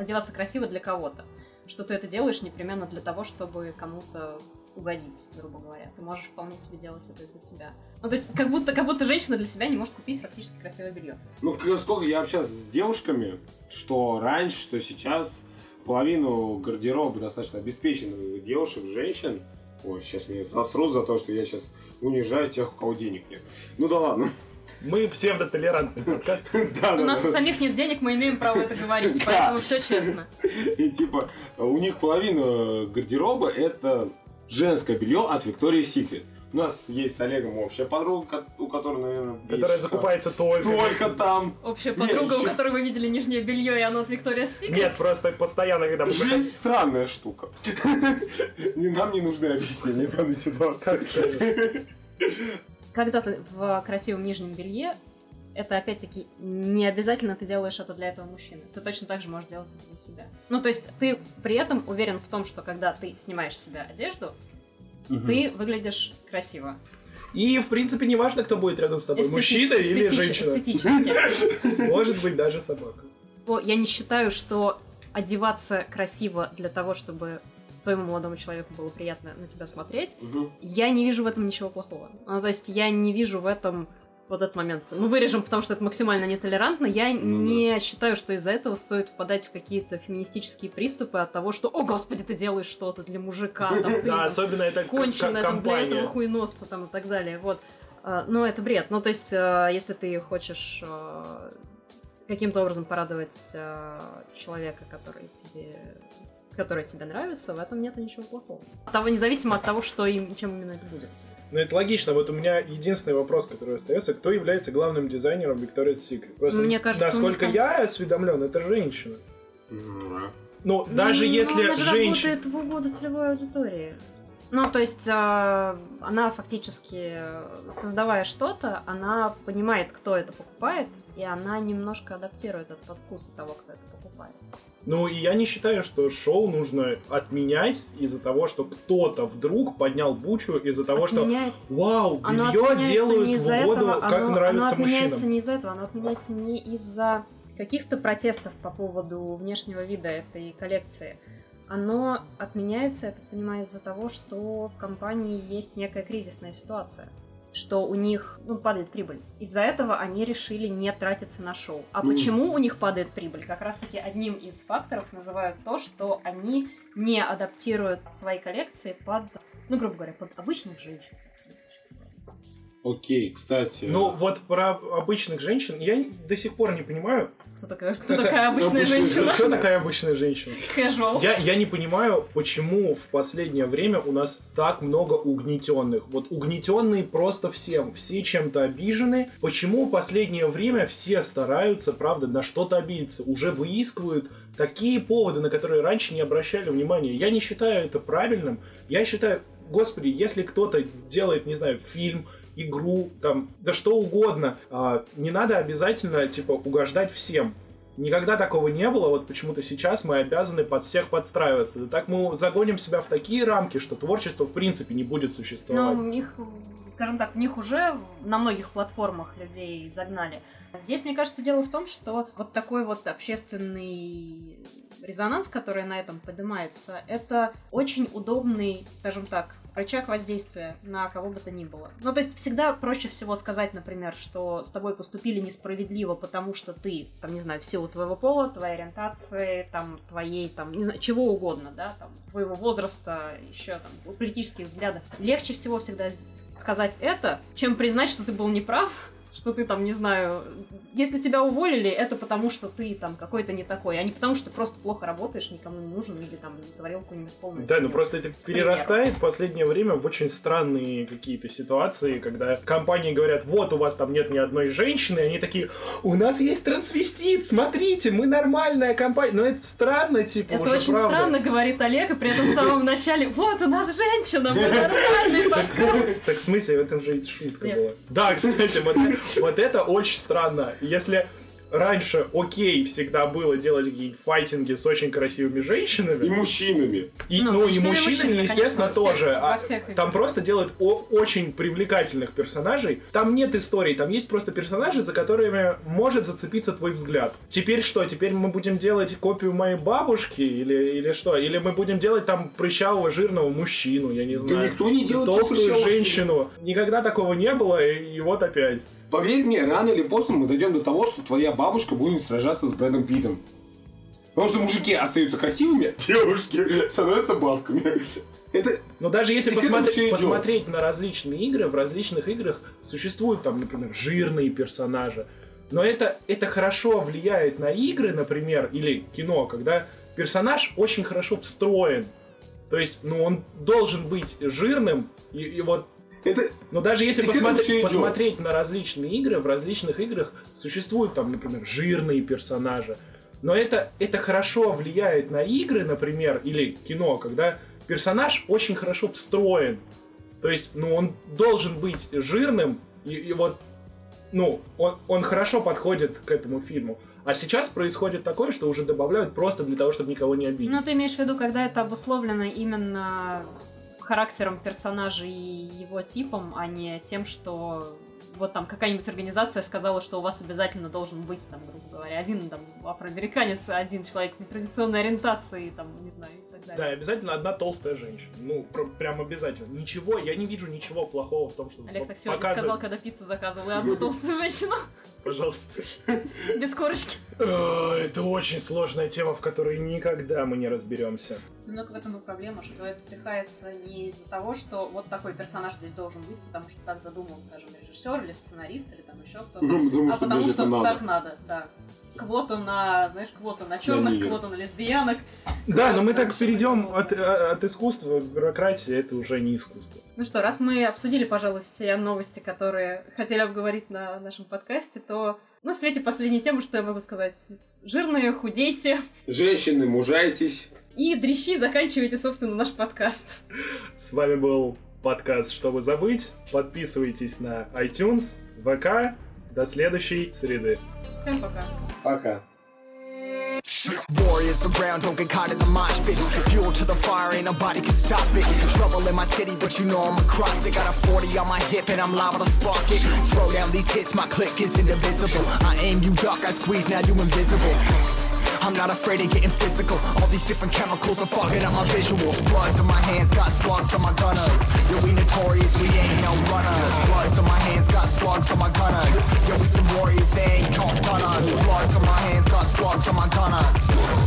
кого-то. Что ты это делаешь непременно для того, чтобы кому-то угодить, грубо говоря. Ты можешь вполне себе делать это для себя. Ну, то есть, как будто женщина для себя не может купить практически красивое белье. Ну, сколько я общался с девушками, что раньше, что сейчас, половину гардероба достаточно обеспеченных девушек, женщин. Ой, сейчас меня засрут за то, что я сейчас унижаю тех, у кого денег нет. Ну да ладно. Мы псевдотолерантный подкаст. У нас у самих нет денег, мы имеем право это говорить, поэтому все честно. И типа, у них половина гардероба это женское белье от Victoria's Secret. У нас есть с Олегом общая подруга, у которой, наверное, которая закупается только там. Общая подруга, у которой вы видели нижнее белье, и оно от Victoria's Secret? Нет, просто постоянно, когда... Жизнь странная штука. Нам не нужны объяснения данной ситуации. Когда ты в красивом нижнем белье, это опять-таки не обязательно ты делаешь это для этого мужчины. Ты точно так же можешь делать это для себя. Ну, то есть ты при этом уверен в том, что когда ты снимаешь с себя одежду, ты выглядишь красиво. И, в принципе, не важно, кто будет рядом с тобой, мужчина или женщина. Эстетически. Может быть, даже собака. Я не считаю, что одеваться красиво для того, чтобы твоему молодому человеку было приятно на тебя смотреть, я не вижу в этом ничего плохого. Ну, то есть я не вижу в этом вот этот момент. Мы вырежем, потому что это максимально нетолерантно. Я не считаю, что из-за этого стоит впадать в какие-то феминистические приступы от того, что «О, господи, ты делаешь что-то для мужика», да, особенно это конченое для этого хуйносца там, и так далее. Вот. Но это бред. Ну, то есть, если ты хочешь каким-то образом порадовать человека, который тебе нравится, в этом нет ничего плохого. Независимо от того, что им и чем именно это будет. Ну, это логично. Вот у меня единственный вопрос, который остается. Кто является главным дизайнером Victoria's Secret? Просто, мне кажется, насколько я осведомлен, это женщина. Ну, даже если она же женщина... работает в угоду целевой аудитории. Ну, то есть, она фактически, создавая что-то, она понимает, кто это покупает, и она немножко адаптирует это под вкус того, кто это покупает. Ну, и я не считаю, что шоу нужно отменять из-за того, что кто-то вдруг поднял бучу из-за того, что вау, белье делают в угоду, как нравится мужчинам. Оно отменяется не из-за этого, оно отменяется не из-за каких-то протестов по поводу внешнего вида этой коллекции. Оно отменяется, я так понимаю, из-за того, что в компании есть некая кризисная ситуация. что у них падает прибыль. Из-за этого они решили не тратиться на шоу. А почему у них падает прибыль? Как раз-таки одним из факторов называют то, что они не адаптируют свои коллекции под, грубо говоря, под обычных женщин. Окей, кстати... Вот про обычных женщин я до сих пор не понимаю... Кто такая обычная женщина? Кто такая обычная женщина? Casual. Я не понимаю, почему в последнее время у нас так много угнетенных. Вот угнетенные просто всем. Все чем-то обижены. Почему в последнее время все стараются, правда, на что-то обидеться? Уже выискивают такие поводы, на которые раньше не обращали внимания. Я не считаю это правильным. Я считаю, господи, если кто-то делает, не знаю, фильм, игру, там, да что угодно. Не надо обязательно, угождать всем. Никогда такого не было, вот почему-то сейчас мы обязаны под всех подстраиваться. Да так мы загоним себя в такие рамки, что творчество в принципе не будет существовать. У них, скажем так, в них уже на многих платформах людей загнали. Здесь, мне кажется, дело в том, что вот такой вот общественный резонанс, который на этом поднимается, это очень удобный, скажем так, рычаг воздействия на кого бы то ни было. То есть всегда проще всего сказать, например, что с тобой поступили несправедливо, потому что ты, там, не знаю, в силу твоего пола, твоей ориентации, там, твоей, там, не знаю, чего угодно, да, там, твоего возраста, еще, там, политических взглядов. Легче всего всегда сказать это, чем признать, что ты был неправ, что ты там, не знаю, если тебя уволили, это потому, что ты там какой-то не такой, а не потому, что ты просто плохо работаешь, никому не нужен или там творил какую-нибудь полную... Да, просто это перерастает в последнее время в очень странные какие-то ситуации, когда компании говорят, вот у вас там нет ни одной женщины, и они такие, у нас есть трансвестит, смотрите, мы нормальная компания. Но это странно, это уже очень правда. Странно, говорит Олег, и при этом в самом начале, вот у нас женщина, мы нормальный подкаст. Так в смысле, в этом же шутка была. Да, кстати, вот это очень странно. Если раньше окей всегда было делать какие-то файтинги с очень красивыми женщинами. И мужчинами. И мужчинами, естественно, тоже. Там просто делают очень привлекательных персонажей. Там нет историй, там есть просто персонажи, за которыми может зацепиться твой взгляд. Теперь что? Теперь мы будем делать копию моей бабушки? Или что? Или мы будем делать там прыщавого, жирного мужчину, я не знаю. Да никто не делает толстую женщину. Никогда такого не было, и вот опять. Поверь мне, рано или поздно мы дойдем до того, что твоя бабушка будет сражаться с Брэдом Питтом. Потому что мужики остаются красивыми, девушки становятся бабками. Но даже если посмотреть на различные игры, в различных играх существуют там, например, жирные персонажи. Но это хорошо влияет на игры, например, или кино, когда персонаж очень хорошо встроен. То есть, он должен быть жирным, и вот. Но даже если посмотреть на различные игры, в различных играх существуют там, например, жирные персонажи. Но это хорошо влияет на игры, например, или кино, когда персонаж очень хорошо встроен. То есть, он должен быть жирным, и вот, он хорошо подходит к этому фильму. А сейчас происходит такое, что уже добавляют просто для того, чтобы никого не обидеть. Ты имеешь в виду, когда это обусловлено именно характером персонажа и его типом, а не тем, что вот там какая-нибудь организация сказала, что у вас обязательно должен быть, там, грубо говоря, один там афроамериканец, один человек с нетрадиционной ориентацией, там, не знаю, и так далее. Да, обязательно одна толстая женщина. Прям обязательно. Ничего, я не вижу ничего плохого в том, что... Олег так сегодня сказал, когда пиццу заказывал, и одну толстую женщину. Пожалуйста. Без корочки. Это очень сложная тема, в которой никогда мы не разберемся. Но в этом и проблема, что это пихается не из-за того, что вот такой персонаж здесь должен быть, потому что так задумал, скажем, режиссер или сценарист, или там еще кто-то. А потому что так надо, да. Квота на черных, квота на лесбиянок. Да, но мы так перейдем от искусства к бюрократии, это уже не искусство. Ну что, раз мы обсудили, пожалуй, все новости, которые хотели обговорить на нашем подкасте, то, в свете последней темы, что я могу сказать? Жирные, худейте. Женщины, мужайтесь. И дрищи, заканчивайте, собственно, наш подкаст. С вами был подкаст «Чтобы забыть». Подписывайтесь на iTunes, ВК. До следующей среды. Всем пока. Пока. Warriors around, don't get caught in the mosh pit. Fuel to the fire, ain't nobody can stop it. Trouble in my city, but you know I'm across it. Got a 40 on my hip and I'm liable to spark it. Throw down these hits, my click is indivisible. I aim, you duck, I squeeze, now you invisible. I'm not afraid of getting physical. All these different chemicals are fucking up my visuals. Bloods on my hands, got slugs on my gunners. Yo, we notorious, we ain't no runners. Bloods on my hands, got slugs on my gunners. Yo, we some warriors, they ain't called gunners. Bloods on my hands, got slugs on my gunners.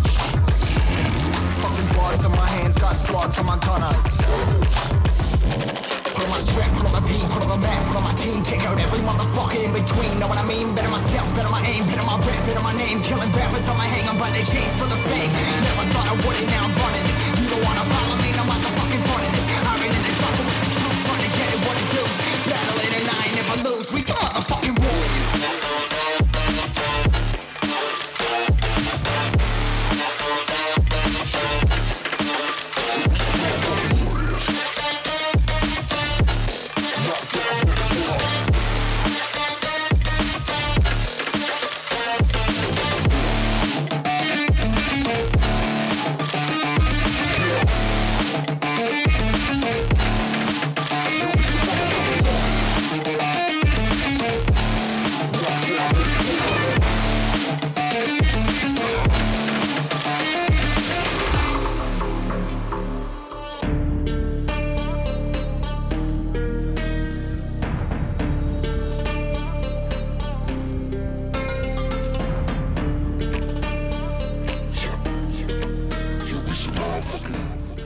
Fucking bloods on my hands, got slugs on my gunners. Put on my strap, put on the beam, put on the map, put on my team. Take out every motherfucker in between. Know what I mean? Better my stealth, better my aim, better my rap, better my name. Killing rappers on my hang on by their chains for the fame. Never thought I would it, now I'm running this. You don't wanna follow me, I'm out the fucking front of this. I've been in the trouble with the troops, trying to get it what it does. Battling and I ain't never lose. We some motherfucking warriors. You was a motherfucker.